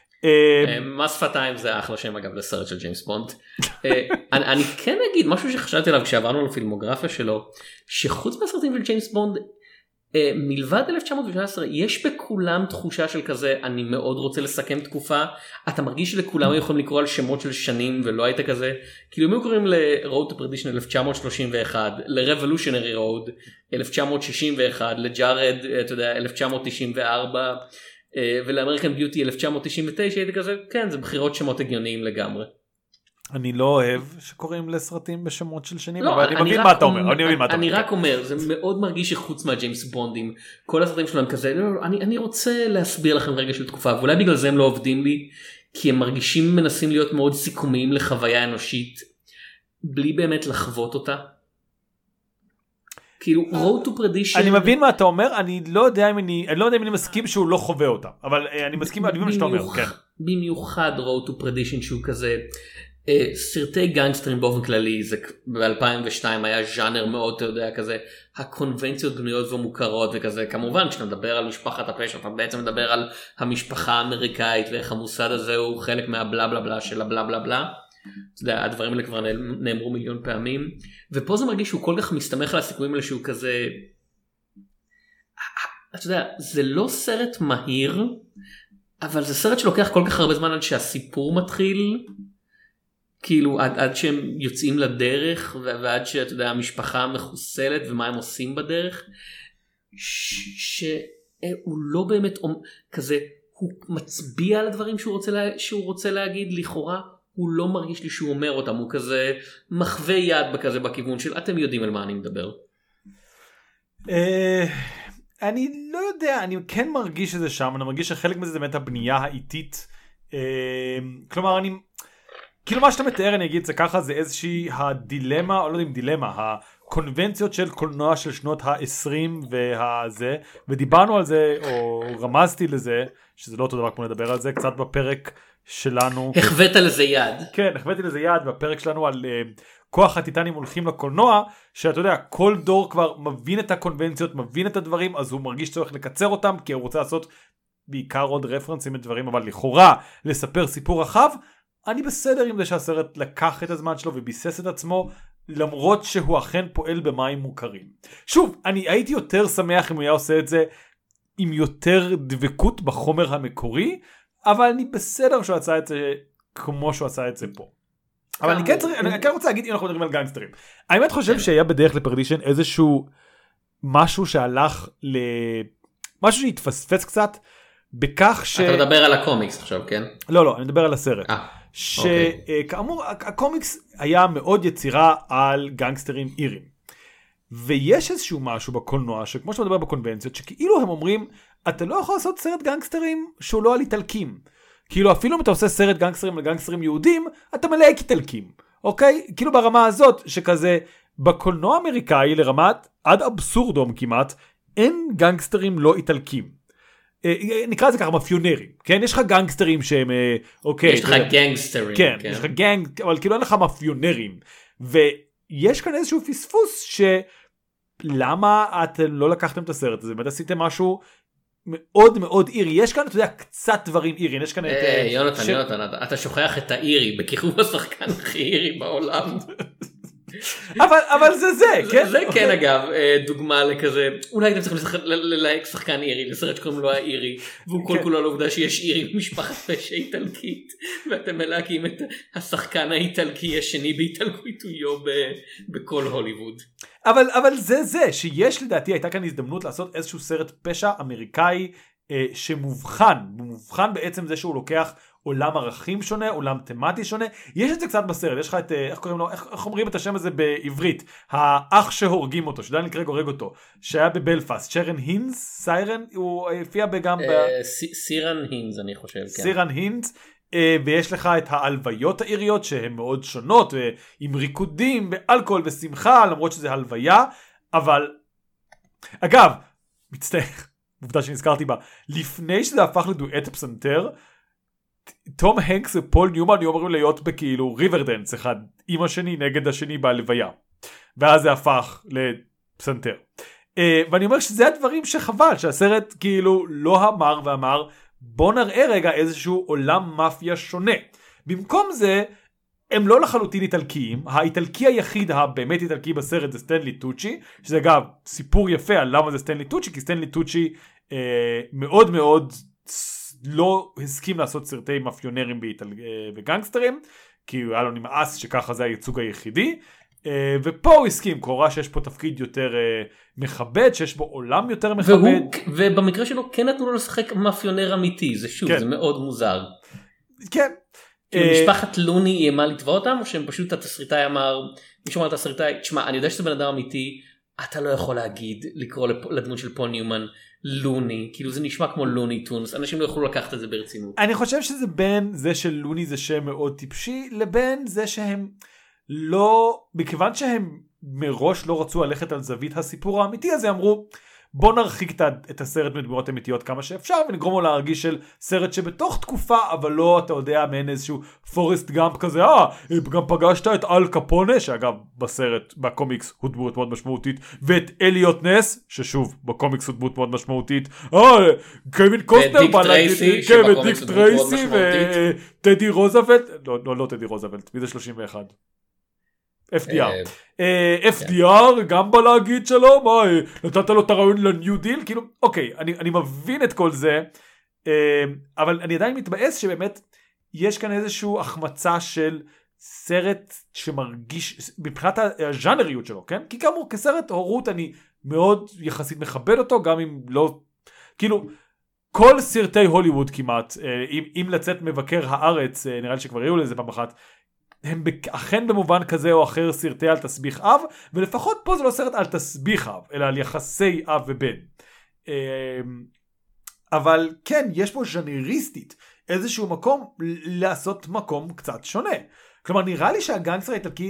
מס שפתיים זה אחלה שם אגב לסרט של ג'יימס בונד. אני כן אגיד משהו שחשבתי עליו כשעברנו על הפילמוגרפיה שלו, שחוץ מהסרטים של ג'יימס בונד, מלבד אלף תשע מאות שבע עשרה יש בכולם תחושה של כזה אני מאוד רוצה לסכם תקופה. אתה מרגיש שלכולם יכולים לקרוא על שמות של שנים ולא היית כזה, כאילו הם קוראים ל-Road to Perdition אלף תשע מאות שלושים ואחת, ל-Revolutionary Road אלף תשע מאות שישים ואחת, לג'ארד אתה יודע אלף תשע מאות תשעים וארבע ולאמריקן ביוטי אלף תשע מאות תשעים ותשע, היית כזה כן זה בחירות שמות הגיוניים לגמרי. אני לא אוהב שקוראים לסרטים בשמות של שנים, אבל אני מבין מה אתה אומר. אני רק אומר, זה מאוד מרגיש שחוץ מהג'יימס בונדים, כל הסרטים שלהם כזה, אני רוצה להסביר לכם רגע של תקופה, ואולי בגלל זה הם לא עובדים לי, כי הם מרגישים מנסים להיות מאוד סיכומיים לחוויה אנושית, בלי באמת לחוות אותה. כאילו road to perdition. אני מבין מה אתה אומר, אני לא יודע אם אני, אני לא יודע אם אני מסכים שהוא לא חווה אותה, אבל אני מסכים, אני מבין מה שאתה אומר, כן. במיוחד road to perdition שהוא כזה, סרטי גנגסטרים באופן כללי, זה ב-אלפיים ושתיים היה ז'אנר מאוד, אתה יודע, כזה, הקונבנציות בנויות ומוכרות וכזה, כמובן, כשאתה מדבר על משפחת הפשע, אתה בעצם מדבר על המשפחה האמריקאית, ואיך המוסד הזה הוא חלק מהבלה בלה בלה של הבלה בלה בלה. אתה יודע, הדברים האלה כבר נאמרו מיליון פעמים, ופה זה מרגיש שהוא כל כך מסתמך על הסיכויים האלה שהוא כזה, אתה יודע, זה לא סרט מהיר, אבל זה סרט שלוקח כל כך הרבה זמן עד שהסיפור מתחיל, כאילו עד, עד שהם יוצאים לדרך, ועד שאתה יודע, המשפחה מחוסלת ומה הם עושים בדרך, שהוא לא באמת כזה, הוא מצביע על הדברים שהוא רוצה, לה, שהוא רוצה להגיד לכאורה, הוא לא מרגיש לי שהוא אומר אותם, הוא כזה מחווה יד בכזה בכיוון של אתם יודעים על מה אני מדבר. אני לא יודע, אני כן מרגיש שזה שם, אני מרגיש שחלק מזה זה באמת הבנייה האיטית, כלומר אני, כאילו מה שאתה מתאר אני אגיד זה ככה, זה איזושהי הדילמה, או לא יודע אם דילמה, הקונבנציות של קולנוע של שנות ה-עשרים והזה, ודיברנו על זה, או רמזתי לזה, שזה לא אותו דבר כמו לדבר על זה, קצת בפרק שלנו. החווית לזה יד. כן, החוויתי לזה יד, בפרק שלנו על uh, כוח הטיטנים הולכים לקולנוע, שאתה יודע, כל דור כבר מבין את הקונבנציות, מבין את הדברים, אז הוא מרגיש צורך לקצר אותם, כי הוא רוצה לעשות בעיקר עוד רפרנסים לדברים, אבל לכאורה לספר סיפור רחב, אני בסדר עם זה שהסרט לקח את הזמן שלו וביסס את עצמו, למרות שהוא אכן פועל במים מוכרים. שוב, אני הייתי יותר שמח אם הוא היה עושה את זה עם יותר דבקות בחומר המקורי, אבל אני בסדר שהוא עשה את זה כמו שהוא עשה את זה פה. אבל אני כן, צריך, אני כן רוצה להגיד אם אנחנו מדברים על גנגסטרים. אני באמת חושב שהיה בדרך לפרדישן איזשהו משהו שהלך ל... משהו שהתפספס קצת בכך ש... אתה מדבר על הקומיקס עכשיו, כן? לא, לא, אני מדבר על הסרט. שכאמור, הקומיקס היה מאוד יצירה על גנגסטרים אירים. ויש איזשהו משהו בקולנוע, שכמו שאתה מדבר בקונבנציות, שכאילו הם אומרים, אתה לא יכול לעשות סרט גנגסטרים שהוא לא על איטלקים. כאילו אפילו אם אתה עושה סרט גנגסטרים על גנגסטרים יהודים, אתה מלא איטלקים. אוקיי? כאילו ברמה הזאת, שכזה, בקולנוע האמריקאי לרמת עד אבסורדום כמעט, אין גנגסטרים לא איטלקים. נקרא לזה ככה מאפיונרים, כן? יש לך גנגסטרים שהם, אוקיי. יש לך גנגסטרים. כן, יש לך גנג, אבל כאילו אין לך מאפיונרים. ויש כאן איזשהו פספוס שלמה אתם לא לקחתם את הסרט הזה, באמת עשיתם משהו מאוד מאוד אירי. יש כאן, אתה יודע, קצת דברים איריים. יש כאן את... יונתן, יונתן, אתה שוכח את האירי, בקירוב השחקן הכי אירי בעולם. אבל, אבל זה זה, כן? זה כן אגב, דוגמה לכזה, אולי הייתם צריכים ללהק שחקן אירי, לסרט שקוראים לו האירי, והוא כל כולו לעובדה שיש אירי במשפחת פשע איטלקית, ואתם מלהקים את השחקן האיטלקי השני בהתעלקויתויו בכל הוליווד. אבל, אבל זה זה, שיש לדעתי, הייתה כאן הזדמנות לעשות איזשהו סרט פשע אמריקאי, שמובחן, מובחן בעצם זה שהוא לוקח עולם ערכים שונה, עולם תמטי שונה. יש את זה קצת בסרט, יש לך את, איך קוראים לו, איך, איך אומרים את השם הזה בעברית? האח שהורגים אותו, שדניאל קרייג הורג אותו, שהיה בבלפאסט, שרן הינס, סיירן, הוא הופיע בגם ב... סירן הינס אני חושב, כן. סירן הינס, ויש לך את ההלוויות העיריות שהן מאוד שונות, עם ריקודים ואלכוהול ושמחה, למרות שזה הלוויה, אבל, אגב, מצטער, עובדה שנזכרתי בה, לפני שזה הפך לדואט פסנתר, תום הנקס ופול ניומן היו אמורים להיות בכאילו ריברדנס אחד עם השני נגד השני בהלוויה, ואז זה הפך לפסנתר. ואני אומר שזה הדברים שחבל שהסרט כאילו לא אמר ואמר בוא נראה רגע איזשהו עולם מאפיה שונה. במקום זה הם לא לחלוטין איטלקיים. האיטלקי היחיד הבאמת איטלקי בסרט זה סטנלי טוצ'י, שזה אגב סיפור יפה על למה זה סטנלי טוצ'י, כי סטנלי טוצ'י אה, מאוד מאוד לא הסכים לעשות סרטי מאפיונרים באיטל... וגנגסטרים, כי היה לו נמאס שככה זה הייצוג היחידי, ופה הוא הסכים, קורא שיש פה תפקיד יותר מכבד, שיש בו עולם יותר מכבד. והוא, ובמקרה שלו כן נתנו לו לשחק מאפיונר אמיתי, זה שוב, כן. זה מאוד מוזר. כן. כאילו משפחת לוני היא איימה לתבוע אותם, או שהם פשוט התסריטאי אמר, מישהו אמר לתסריטאי, תשמע, אני יודע שזה בן אדם אמיתי, אתה לא יכול להגיד, לקרוא לדמות של פול ניומן, לוני, כאילו זה נשמע כמו לוני טונס, אנשים לא יכולו לקחת את זה ברצינות. אני חושב שזה בין זה של לוני זה שם מאוד טיפשי, לבין זה שהם לא, מכיוון שהם מראש לא רצו ללכת על זווית הסיפור האמיתי, אז הם אמרו, בוא נרחיק את הסרט מדמויות אמיתיות כמה שאפשר, ונגרום לו להרגיש של סרט שבתוך תקופה, אבל לא, אתה יודע, מעין איזשהו פורסט גאמפ כזה, אה, גם פגשת את אל קפונה, שאגב, בסרט, בקומיקס, הוא דמות מאוד משמעותית, ואת אליוט נס, ששוב, בקומיקס הוא דמות מאוד משמעותית, אה, קווין קוסטנר, דיק טרייסי, שבקומיקס הוא דמות מאוד משמעותית, וטדי רוזוולט, לא, לא, לא טדי רוזוולט, מי זה שלושים ואחת? אף די אר. אף די אר, גם בא להגיד שלום, מה, נתת לו את הרעיון לניו דיל, כאילו, אוקיי, אני, אני מבין את כל זה, אבל אני עדיין מתבאס שבאמת יש כאן איזושהי החמצה של סרט שמרגיש, מבחינת הז'אנריות שלו, כן? כי כאמור, כסרט הורות אני מאוד יחסית מכבד אותו, גם אם לא, כאילו, כל סרטי הוליווד כמעט, אם, אם לצאת מבקר הארץ, נראה לי שכבר יהיו לזה פעם אחת, הם אכן במובן כזה או אחר סרטי על תסביך אב, ולפחות פה זה לא סרט על תסביך אב, אלא על יחסי אב ובן. אבל כן, יש פה ז'אנריסטית איזשהו מקום לעשות מקום קצת שונה. כלומר, נראה לי שהגנגסטר האיטלקי,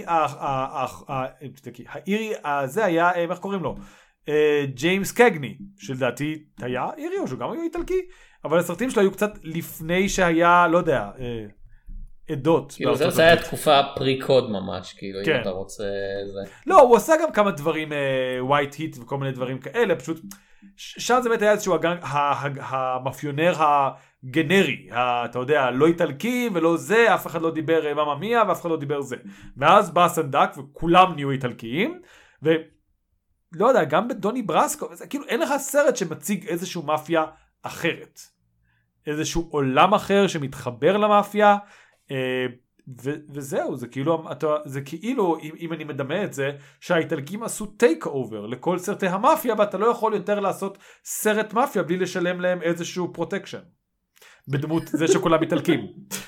האירי הזה היה, איך קוראים לו? ג'יימס קגני, שלדעתי היה אירי או שהוא גם היה איטלקי, אבל הסרטים שלו היו קצת לפני שהיה, לא יודע, עדות. כאילו זה היה תקופה פרי-קוד ממש, כאילו אם אתה רוצה זה. לא, הוא עשה גם כמה דברים, ווייט היט וכל מיני דברים כאלה, פשוט שם זה באמת היה איזשהו המאפיונר הגנרי, אתה יודע, לא איטלקי ולא זה, אף אחד לא דיבר מאמה מיה ואף אחד לא דיבר זה. ואז בא סנדק וכולם נהיו איטלקיים, ולא יודע, גם בדוני ברסקו, כאילו אין לך סרט שמציג איזשהו מאפיה אחרת. איזשהו עולם אחר שמתחבר למאפיה, ו- וזהו, זה כאילו, אתה, זה כאילו, אם, אם אני מדמה את זה, שהאיטלקים עשו טייק אובר לכל סרטי המאפיה, ואתה לא יכול יותר לעשות סרט מאפיה בלי לשלם להם איזשהו פרוטקשן. בדמות זה שכולם איטלקים.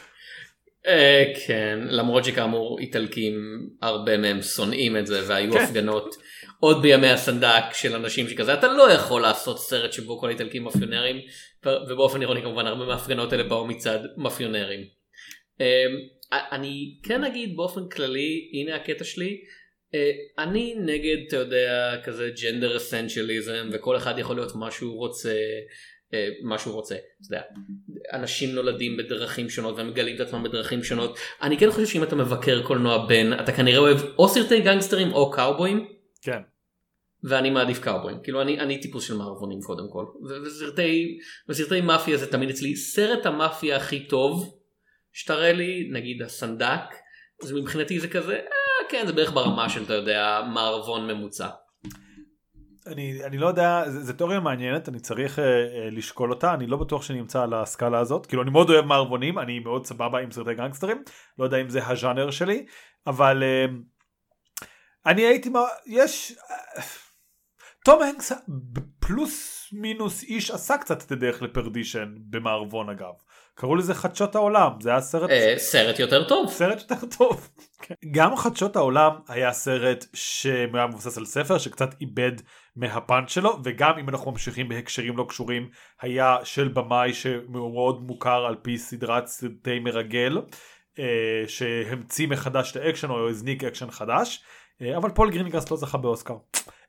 כן, למרות שכאמור איטלקים, הרבה מהם שונאים את זה, והיו הפגנות עוד בימי הסנדק של אנשים שכזה, אתה לא יכול לעשות סרט שבו כל האיטלקים מאפיונרים, ובאופן אירוני כמובן הרבה מההפגנות האלה באו מצד מאפיונרים. אני כן אגיד באופן כללי, הנה הקטע שלי, אני נגד, אתה יודע, כזה ג'נדר אסנשליזם, וכל אחד יכול להיות מה שהוא רוצה, מה שהוא רוצה. אתה יודע, אנשים נולדים בדרכים שונות ומגלים את עצמם בדרכים שונות. אני כן חושב שאם אתה מבקר קולנוע בן, אתה כנראה אוהב או סרטי גנגסטרים או קאובויים. כן. ואני מעדיף קאובויים. כאילו אני, אני טיפוס של מערבונים קודם כל. וסרטי, וסרטי מאפיה זה תמיד אצלי סרט המאפיה הכי טוב. שתראה לי, נגיד הסנדק, אז מבחינתי זה כזה, אה, כן, זה בערך ברמה של, אתה יודע, מערבון ממוצע. אני, אני לא יודע, זה, זה תיאוריה מעניינת, אני צריך אה, אה, לשקול אותה, אני לא בטוח שאני נמצא על הסקאלה הזאת, כאילו אני מאוד אוהב מערבונים, אני מאוד סבבה עם סרטי גנגסטרים, לא יודע אם זה הז'אנר שלי, אבל אה, אני הייתי, מה, יש, אה, תום הנקס פלוס מינוס איש עשה קצת את הדרך לפרדישן במערבון אגב. קראו לזה חדשות העולם, זה היה סרט... סרט יותר טוב. סרט יותר טוב. גם חדשות העולם היה סרט שהיה מבוסס על ספר, שקצת איבד מהפאנץ' שלו, וגם אם אנחנו ממשיכים בהקשרים לא קשורים, היה של במאי שמאוד מוכר על פי סדרת סרטי מרגל, שהמציא מחדש את האקשן, או הזניק אקשן חדש, אבל פול גרינגרס לא זכה באוסקר.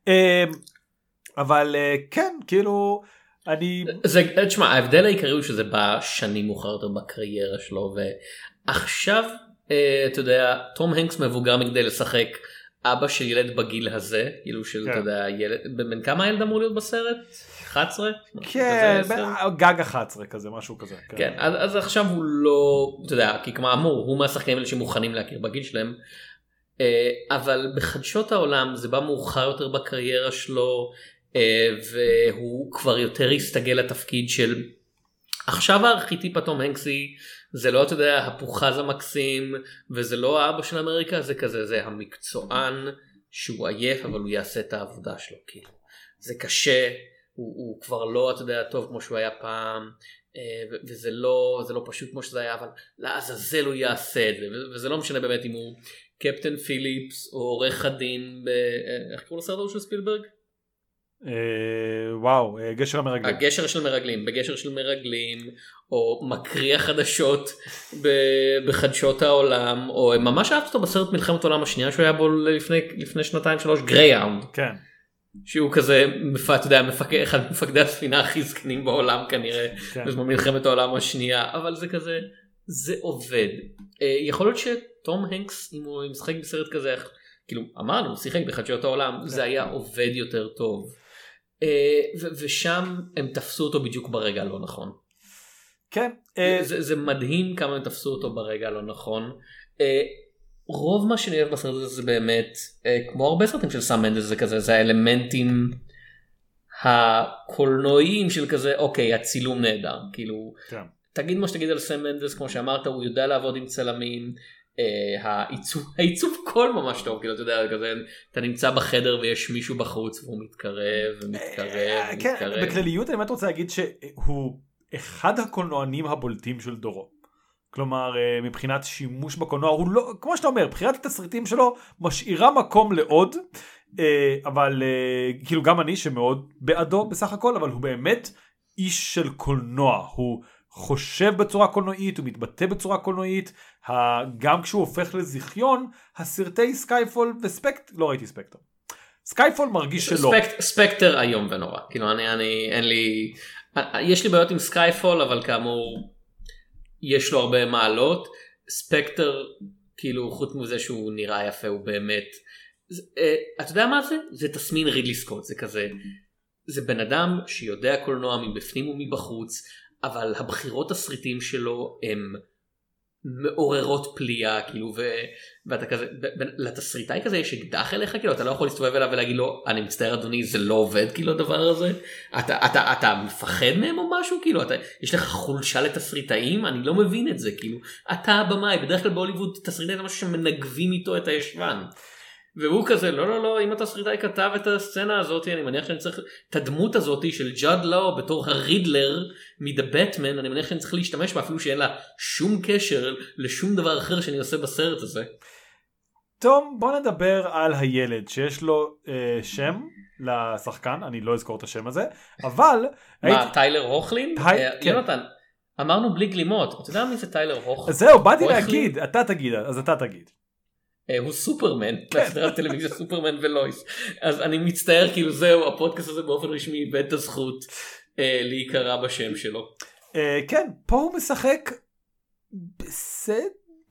אבל כן, כאילו... אני... זה, תשמע, ההבדל העיקרי הוא שזה בא שנים מאוחר יותר בקריירה שלו, ועכשיו, אתה יודע, תום הנקס מבוגר מכדי לשחק אבא של ילד בגיל הזה, כאילו של, אתה יודע, ילד, בין כמה הילד אמור להיות בסרט? אחת עשרה? כן, גג אחת עשרה כזה, משהו כזה. כן, אז עכשיו הוא לא, אתה יודע, כי כמו אמור, הוא מהשחקנים האלה שמוכנים להכיר בגיל שלהם, אבל בחדשות העולם זה בא מאוחר יותר בקריירה שלו, והוא כבר יותר הסתגל לתפקיד של עכשיו הארכיטיפ התום הנקסי זה לא, אתה יודע, הפוחז המקסים וזה לא האבא של אמריקה, זה כזה, זה המקצוען שהוא עייף אבל הוא יעשה את העבודה שלו, כאילו זה קשה, הוא, הוא כבר לא, אתה יודע, טוב כמו שהוא היה פעם, וזה לא, זה לא פשוט כמו שזה היה, אבל לעזאזל הוא יעשה את זה, וזה לא משנה באמת אם הוא קפטן פיליפס או עורך הדין ב... איך קוראים לסרט ההוא של ספילברג? וואו, גשר המרגלים. הגשר של מרגלים, בגשר של מרגלים, או מקריא חדשות בחדשות העולם, או ממש אהבת אותו בסרט מלחמת העולם השנייה, שהוא היה בו לפני שנתיים שלוש, גרייהאונד. כן. שהוא כזה, אתה יודע, אחד מפקדי הספינה הכי זקנים בעולם כנראה, בזמן מלחמת העולם השנייה, אבל זה כזה, זה עובד. יכול להיות שטום הנקס, אם הוא משחק בסרט כזה, כאילו, אמרנו, הוא שיחק בחדשות העולם, זה היה עובד יותר טוב. ושם הם תפסו אותו בדיוק ברגע הלא נכון. כן. זה מדהים כמה הם תפסו אותו ברגע הלא נכון. רוב מה שאני אוהב בסרט הזה זה באמת, כמו הרבה סרטים של סם מנדס, זה כזה, זה האלמנטים הקולנועיים של כזה, אוקיי, הצילום נהדר, כאילו, תגיד מה שתגיד על סם מנדס, כמו שאמרת, הוא יודע לעבוד עם צלמים, העיצוב קול ממש טוב, כאילו, אתה יודע, כזה, אתה נמצא בחדר ויש מישהו בחוץ, והוא מתקרב ומתקרב ומתקרב. בכלליות אני באמת רוצה להגיד שהוא אחד הקולנוענים הבולטים של דורו. כלומר, מבחינת שימוש בקולנוע, הוא לא, כמו שאתה אומר, בחירת התסריטים שלו משאירה מקום לעוד, אבל כאילו גם אני שמאוד בעדו בסך הכל, אבל הוא באמת איש של קולנוע, הוא חושב בצורה קולנועית, הוא מתבטא בצורה קולנועית, גם כשהוא הופך לזיכיון, הסרטי סקייפול וספקט, לא ראיתי ספקטר. סקייפול מרגיש שלא. ספקטר היום ונורא, כאילו אני, אני, אין לי, יש לי בעיות עם סקייפול, אבל כאמור, יש לו הרבה מעלות. ספקטר, כאילו חוץ מזה שהוא נראה יפה, הוא באמת, אתה יודע מה זה? זה תסמין רידלי סקוט, זה כזה, זה בן אדם שיודע קולנוע מבפנים ומבחוץ, אבל הבחירות הסרטים שלו הם מעוררות פליאה, כאילו, ו... ואתה כזה, לתסריטאי כזה יש אקדח אליך, כאילו, אתה לא יכול להסתובב אליו ולהגיד לו, אני מצטער אדוני, זה לא עובד, כאילו, הדבר הזה, אתה, אתה, אתה מפחד מהם או משהו, כאילו, אתה, יש לך חולשה לתסריטאים, אני לא מבין את זה, כאילו, אתה הבמאי, בדרך כלל בהוליווד, תסריטאי זה משהו שמנגבים איתו את הישבן. והוא כזה, לא, לא, לא, אם התסריטאי כתב את הסצנה הזאת, אני מניח שאני צריך, את הדמות הזאת של ג'אד לאו בתור הרידלר מ-The Batman, אני מניח שאני צריך להשתמש בה, אפילו שאין לה שום קשר לשום דבר אחר שאני עושה בסרט הזה. טוב, בוא נדבר על הילד שיש לו אה, שם לשחקן, אני לא אזכור את השם הזה, אבל... מה, הייתי... טיילר הוכלין? הי... אה, כן. יונתן, אמרנו בלי גלימות, אתה יודע מי זה טיילר הוכלין? זהו, באתי להגיד, אתה תגיד, אז אתה תגיד. הוא סופרמן, בסדרת טלוויזיה סופרמן ולויס. אז אני מצטער, כאילו זהו, הפודקאסט הזה באופן רשמי איבד את הזכות להיקרא בשם שלו. כן, פה הוא משחק בסדר?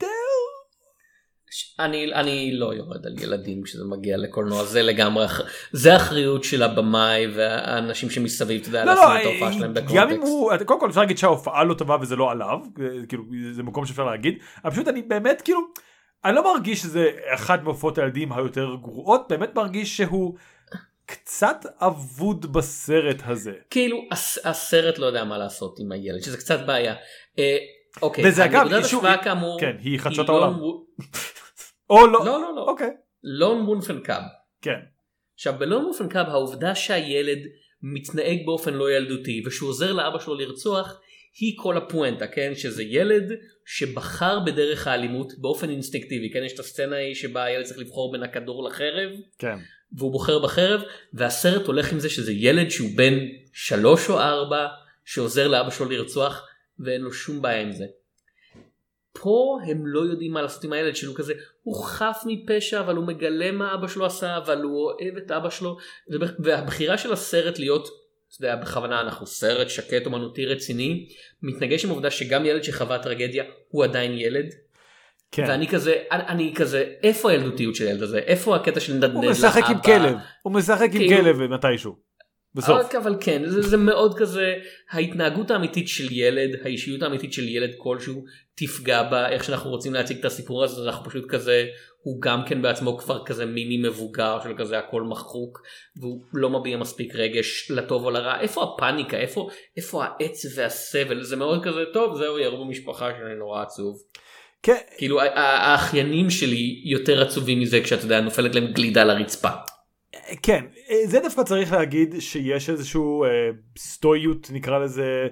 אני לא יורד על ילדים כשזה מגיע לקולנוע, זה לגמרי, זה האחריות של הבמאי והאנשים שמסביב, אתה יודע, לשים את ההופעה שלהם בקונטקסט. גם אם הוא, קודם כל אפשר להגיד שההופעה לא טובה וזה לא עליו, כאילו זה מקום שאפשר להגיד, אבל פשוט אני באמת כאילו, אני לא מרגיש שזה אחד מהופעות הילדים היותר גרועות, באמת מרגיש שהוא קצת אבוד בסרט הזה. כאילו, הסרט לא יודע מה לעשות עם הילד, שזה קצת בעיה. אוקיי, וזה אגב, כן, היא חדשות העולם. או לא. לא, לא, לא. אוקיי. לון וולפנקאב. כן. עכשיו, בלון וולפנקאב, העובדה שהילד מתנהג באופן לא ילדותי, ושהוא עוזר לאבא שלו לרצוח, היא כל הפואנטה, כן? שזה ילד שבחר בדרך האלימות באופן אינסטינקטיבי, כן? יש את הסצנה היא שבה הילד צריך לבחור בין הכדור לחרב, כן. והוא בוחר בחרב, והסרט הולך עם זה שזה ילד שהוא בן שלוש או ארבע, שעוזר לאבא שלו לרצוח, ואין לו שום בעיה עם זה. פה הם לא יודעים מה לעשות עם הילד שלו, כזה, הוא חף מפשע, אבל הוא מגלה מה אבא שלו עשה, אבל הוא אוהב את אבא שלו, והבחירה של הסרט להיות, אתה יודע, בכוונה אנחנו סרט שקט אומנותי רציני, מתנגש עם העובדה שגם ילד שחווה טרגדיה הוא עדיין ילד. כן. ואני כזה, אני כזה, איפה הילדותיות של הילד הזה? איפה הקטע של נדנד לאבא? הוא משחק עם כלב, הוא משחק עם כלב מתישהו. בסוף. אבל כן, זה, זה מאוד כזה, ההתנהגות האמיתית של ילד, האישיות האמיתית של ילד כלשהו, תפגע בה, איך שאנחנו רוצים להציג את הסיפור הזה, אנחנו פשוט כזה, הוא גם כן בעצמו כבר כזה מיני מבוגר, של כזה הכל מחוק, והוא לא מביע מספיק רגש לטוב או לרע. איפה הפאניקה, איפה, איפה העצב והסבל, זה מאוד כזה טוב, זהו, ירו במשפחה שאני נורא עצוב. כן. כאילו, האחיינים שלי יותר עצובים מזה, כשאתה יודע, נופלת להם גלידה לרצפה. כן, זה דווקא צריך להגיד שיש איזשהו אה, סטואיות, נקרא לזה,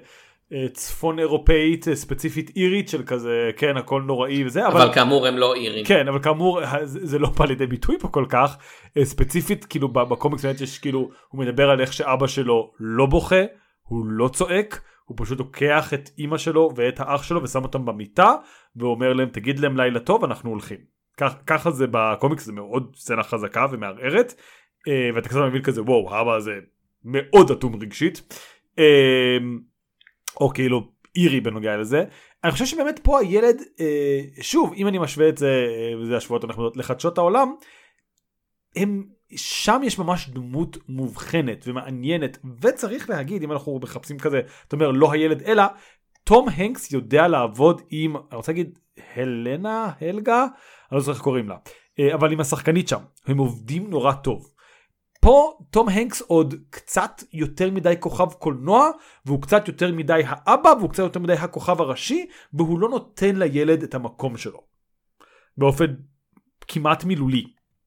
צפון אירופאית ספציפית אירית של כזה, כן, הכל נוראי וזה, אבל, אבל כאמור הם לא אירים. כן, אבל כאמור זה לא בא לידי ביטוי פה כל כך, ספציפית כאילו בקומיקס באמת יש כאילו, הוא מדבר על איך שאבא שלו לא בוכה, הוא לא צועק, הוא פשוט לוקח את אמא שלו ואת האח שלו ושם אותם במיטה, ואומר להם תגיד להם לילה טוב, אנחנו הולכים. כך, ככה זה בקומיקס, זה מאוד סצנה חזקה ומערערת, ואתה קצת מבין כזה, וואו, האבא הזה מאוד אטום רגשית, או כאילו אירי בנוגע לזה. אני חושב שבאמת פה הילד, שוב, אם אני משווה את זה, וזה השוואות אנחנו לחדשות העולם, הם, שם יש ממש דמות מובחנת ומעניינת, וצריך להגיד, אם אנחנו מחפשים כזה, אתה אומר, לא הילד, אלא, תום הנקס יודע לעבוד עם, אני רוצה להגיד, הלנה, הלגה, אני לא זוכר איך קוראים לה, אבל עם השחקנית שם, הם עובדים נורא טוב. פה תום הנקס עוד קצת יותר מדי כוכב קולנוע, והוא קצת יותר מדי האבא, והוא קצת יותר מדי הכוכב הראשי, והוא לא נותן לילד את המקום שלו. באופן כמעט מילולי.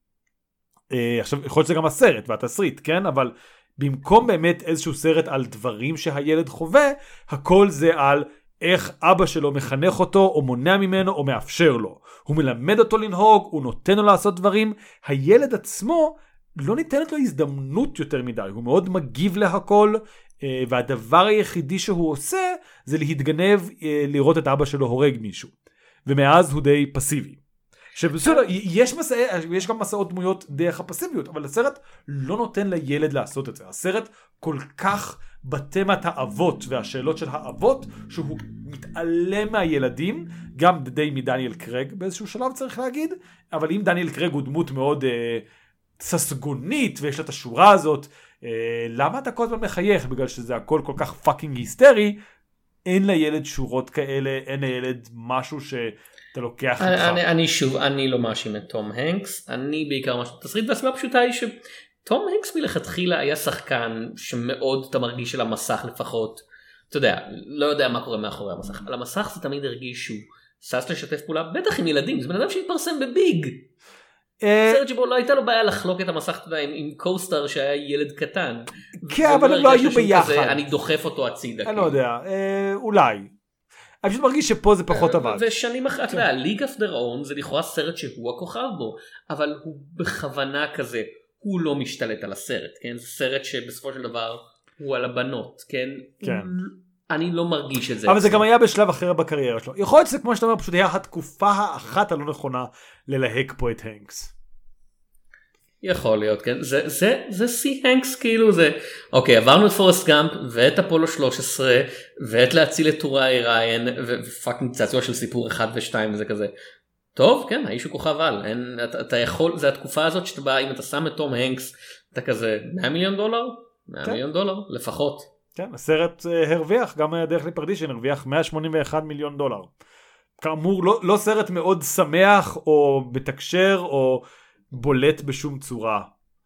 עכשיו, יכול להיות שזה גם הסרט והתסריט, כן? אבל במקום באמת איזשהו סרט על דברים שהילד חווה, הכל זה על איך אבא שלו מחנך אותו, או מונע ממנו, או מאפשר לו. הוא מלמד אותו לנהוג, הוא נותן לו לעשות דברים. הילד עצמו לא ניתנת לו הזדמנות יותר מדי, הוא מאוד מגיב להכל, והדבר היחידי שהוא עושה, זה להתגנב לראות את אבא שלו הורג מישהו. ומאז הוא די פסיבי. שבסדר, יש, מסע, יש גם מסעות דמויות דרך הפסיביות, אבל הסרט לא נותן לילד לעשות את זה. הסרט כל כך בתמת האבות והשאלות של האבות, שהוא מתעלם מהילדים, גם די מדניאל קרג באיזשהו שלב צריך להגיד, אבל אם דניאל קרג הוא דמות מאוד אה, ססגונית, ויש לה את השורה הזאת, אה, למה אתה כל הזמן מחייך? בגלל שזה הכל כל כך פאקינג היסטרי, אין לילד שורות כאלה, אין לילד משהו ש... אתה לוקח אני, אני, אני שוב, אני לא מאשים את תום הנקס, אני בעיקר משהו תסריט, והסיבה פשוטה היא שתום הנקס מלכתחילה היה שחקן שמאוד אתה מרגיש על המסך לפחות, אתה יודע, לא יודע מה קורה מאחורי המסך, על המסך זה תמיד הרגיש שהוא סס לשתף פעולה, בטח עם ילדים, זה בן אדם שהתפרסם בביג, סרט שבו לא הייתה לו בעיה לחלוק את המסך, אתה יודע, עם, עם קוסטר שהיה ילד קטן, כן, אבל הם לא היו ביחד, כזה, אני דוחף אותו הצידה, אני לא יודע, אולי, אני פשוט מרגיש שפה זה פחות עבד. ושנים אחרי, אתה יודע, League of Their Own זה לכאורה סרט שהוא הכוכב בו, אבל הוא בכוונה כזה, הוא לא משתלט על הסרט, כן? זה סרט שבסופו של דבר הוא על הבנות, כן? כן. אני לא מרגיש את זה. אבל זה גם היה בשלב אחר בקריירה שלו. יכול להיות שזה כמו שאתה אומר, פשוט היה התקופה האחת הלא נכונה ללהק פה את הנקס. יכול להיות, כן? זה, זה, זה סי הנקס כאילו זה, אוקיי, עברנו את פורסט גאמפ, ואת אפולו שלוש עשרה, ואת להציל את טוראי ריין, ופאקינג צעצוע של סיפור אחד ושתיים, וזה כזה. טוב, כן, האיש הוא כוכב על, אין, אתה, אתה יכול, זה התקופה הזאת שאתה בא, אם אתה שם את תום הנקס, אתה כזה, מאה מיליון דולר? מאה כן. מיליון דולר, לפחות. כן, הסרט uh, הרוויח, גם דרך לפרדישן, הרוויח מאה שמונים ואחד מיליון דולר. כאמור, לא, לא סרט מאוד שמח, או בתקשר, או... בולט בשום צורה.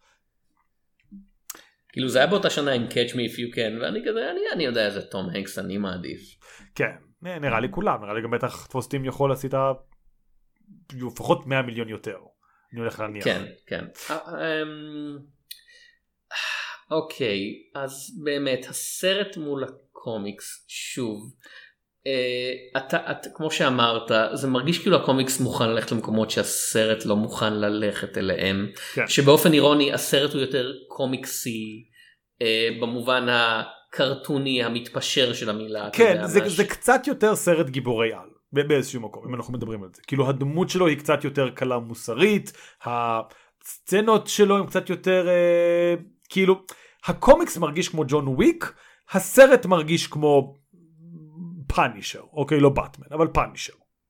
כאילו זה היה באותה שנה עם Catch Me If You Can, ואני כזה, אני, אני יודע איזה תום הנקס אני מעדיף. כן, נראה לי כולם, נראה לי גם בטח פוסטים יכול לעשית לפחות מאה מיליון יותר. אני הולך להניח. כן, כן. אוקיי, אז באמת, הסרט מול הקומיקס, שוב, Uh, אתה, אתה, כמו שאמרת, זה מרגיש כאילו הקומיקס מוכן ללכת למקומות שהסרט לא מוכן ללכת אליהם, כן. שבאופן אירוני הסרט הוא יותר קומיקסי uh, במובן הקרטוני המתפשר של המילה. כן, זה, זה קצת יותר סרט גיבורי על באיזשהו מקום, אם אנחנו מדברים על זה. כאילו הדמות שלו היא קצת יותר קלה מוסרית, הסצנות שלו הן קצת יותר, uh, כאילו, הקומיקס מרגיש כמו ג'ון וויק, הסרט מרגיש כמו פאנישר, אוקיי, לא באטמן, אבל פאנישר.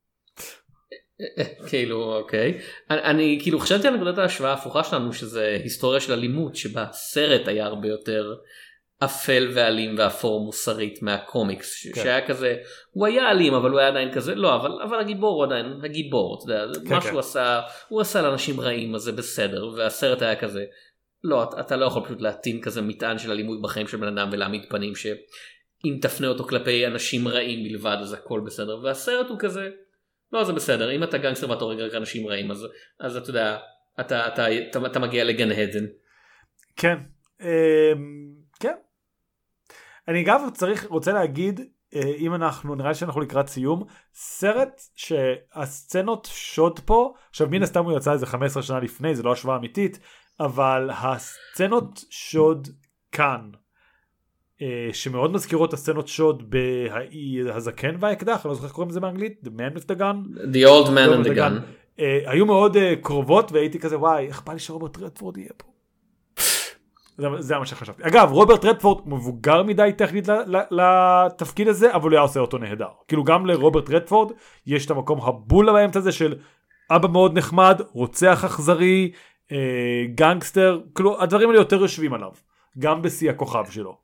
כאילו, אוקיי. אני, אני כאילו חשבתי על נקודת ההשוואה ההפוכה שלנו, שזה היסטוריה של אלימות, שבה סרט היה הרבה יותר אפל ואלים ואפור מוסרית מהקומיקס, כן. שהיה כזה, הוא היה אלים, אבל הוא היה עדיין כזה, לא, אבל, אבל הגיבור הוא עדיין הגיבור, אתה יודע, כן, מה כן. שהוא עשה, הוא עשה לאנשים רעים, אז זה בסדר, והסרט היה כזה, לא, אתה, אתה לא יכול פשוט להטין כזה מטען של אלימות בחיים של בן אדם, ולהעמיד פנים ש... אם תפנה אותו כלפי אנשים רעים בלבד, אז הכל בסדר. והסרט הוא כזה, לא, זה בסדר. אם אתה גנגסטר ואתה הורג רק אנשים רעים, אז, אז אתה יודע, אתה, אתה, אתה, אתה מגיע לגן הדן. כן. כן. אני גם צריך, רוצה להגיד, אם אנחנו, נראה לי שאנחנו לקראת סיום, סרט שהסצנות שוד פה, עכשיו מן הסתם הוא יצא איזה חמש עשרה שנה לפני, זה לא השוואה אמיתית, אבל הסצנות שוד כאן, שמאוד מזכירות הסצנות שוד בהזקן והאקדח, אני לא זוכר איך קוראים לזה באנגלית, The Man with the Gun, The Old Man and the Gun, היו מאוד קרובות, והייתי כזה וואי, איך בא לי שרוברט רדפורד יהיה פה. זה מה שחשבתי. אגב, רוברט רדפורד מבוגר מדי טכנית לתפקיד הזה, אבל הוא היה עושה אותו נהדר. כאילו גם לרוברט רדפורד יש את המקום הבול באמצע הזה של אבא מאוד נחמד, רוצח אכזרי, גנגסטר, כאילו הדברים האלה יותר יושבים עליו, גם בשיא הכוכב שלו.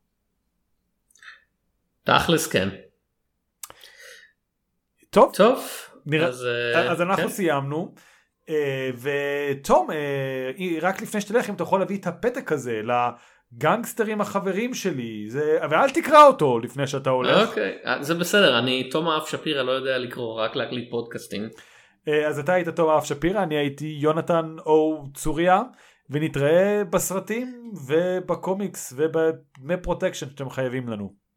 תכלס כן. טוב. טוב. אז, אז אנחנו כן. סיימנו. ותום, רק לפני שתלך, אם אתה יכול להביא את הפתק הזה לגנגסטרים החברים שלי, זה, ואל תקרא אותו לפני שאתה הולך. אוקיי, זה בסדר, אני תום אף שפירה לא יודע לקרוא, רק להקליט פודקאסטים. אז אתה היית תום אף שפירה, אני הייתי יונתן או צוריה, ונתראה בסרטים ובקומיקס ובדמי פרוטקשן שאתם חייבים לנו.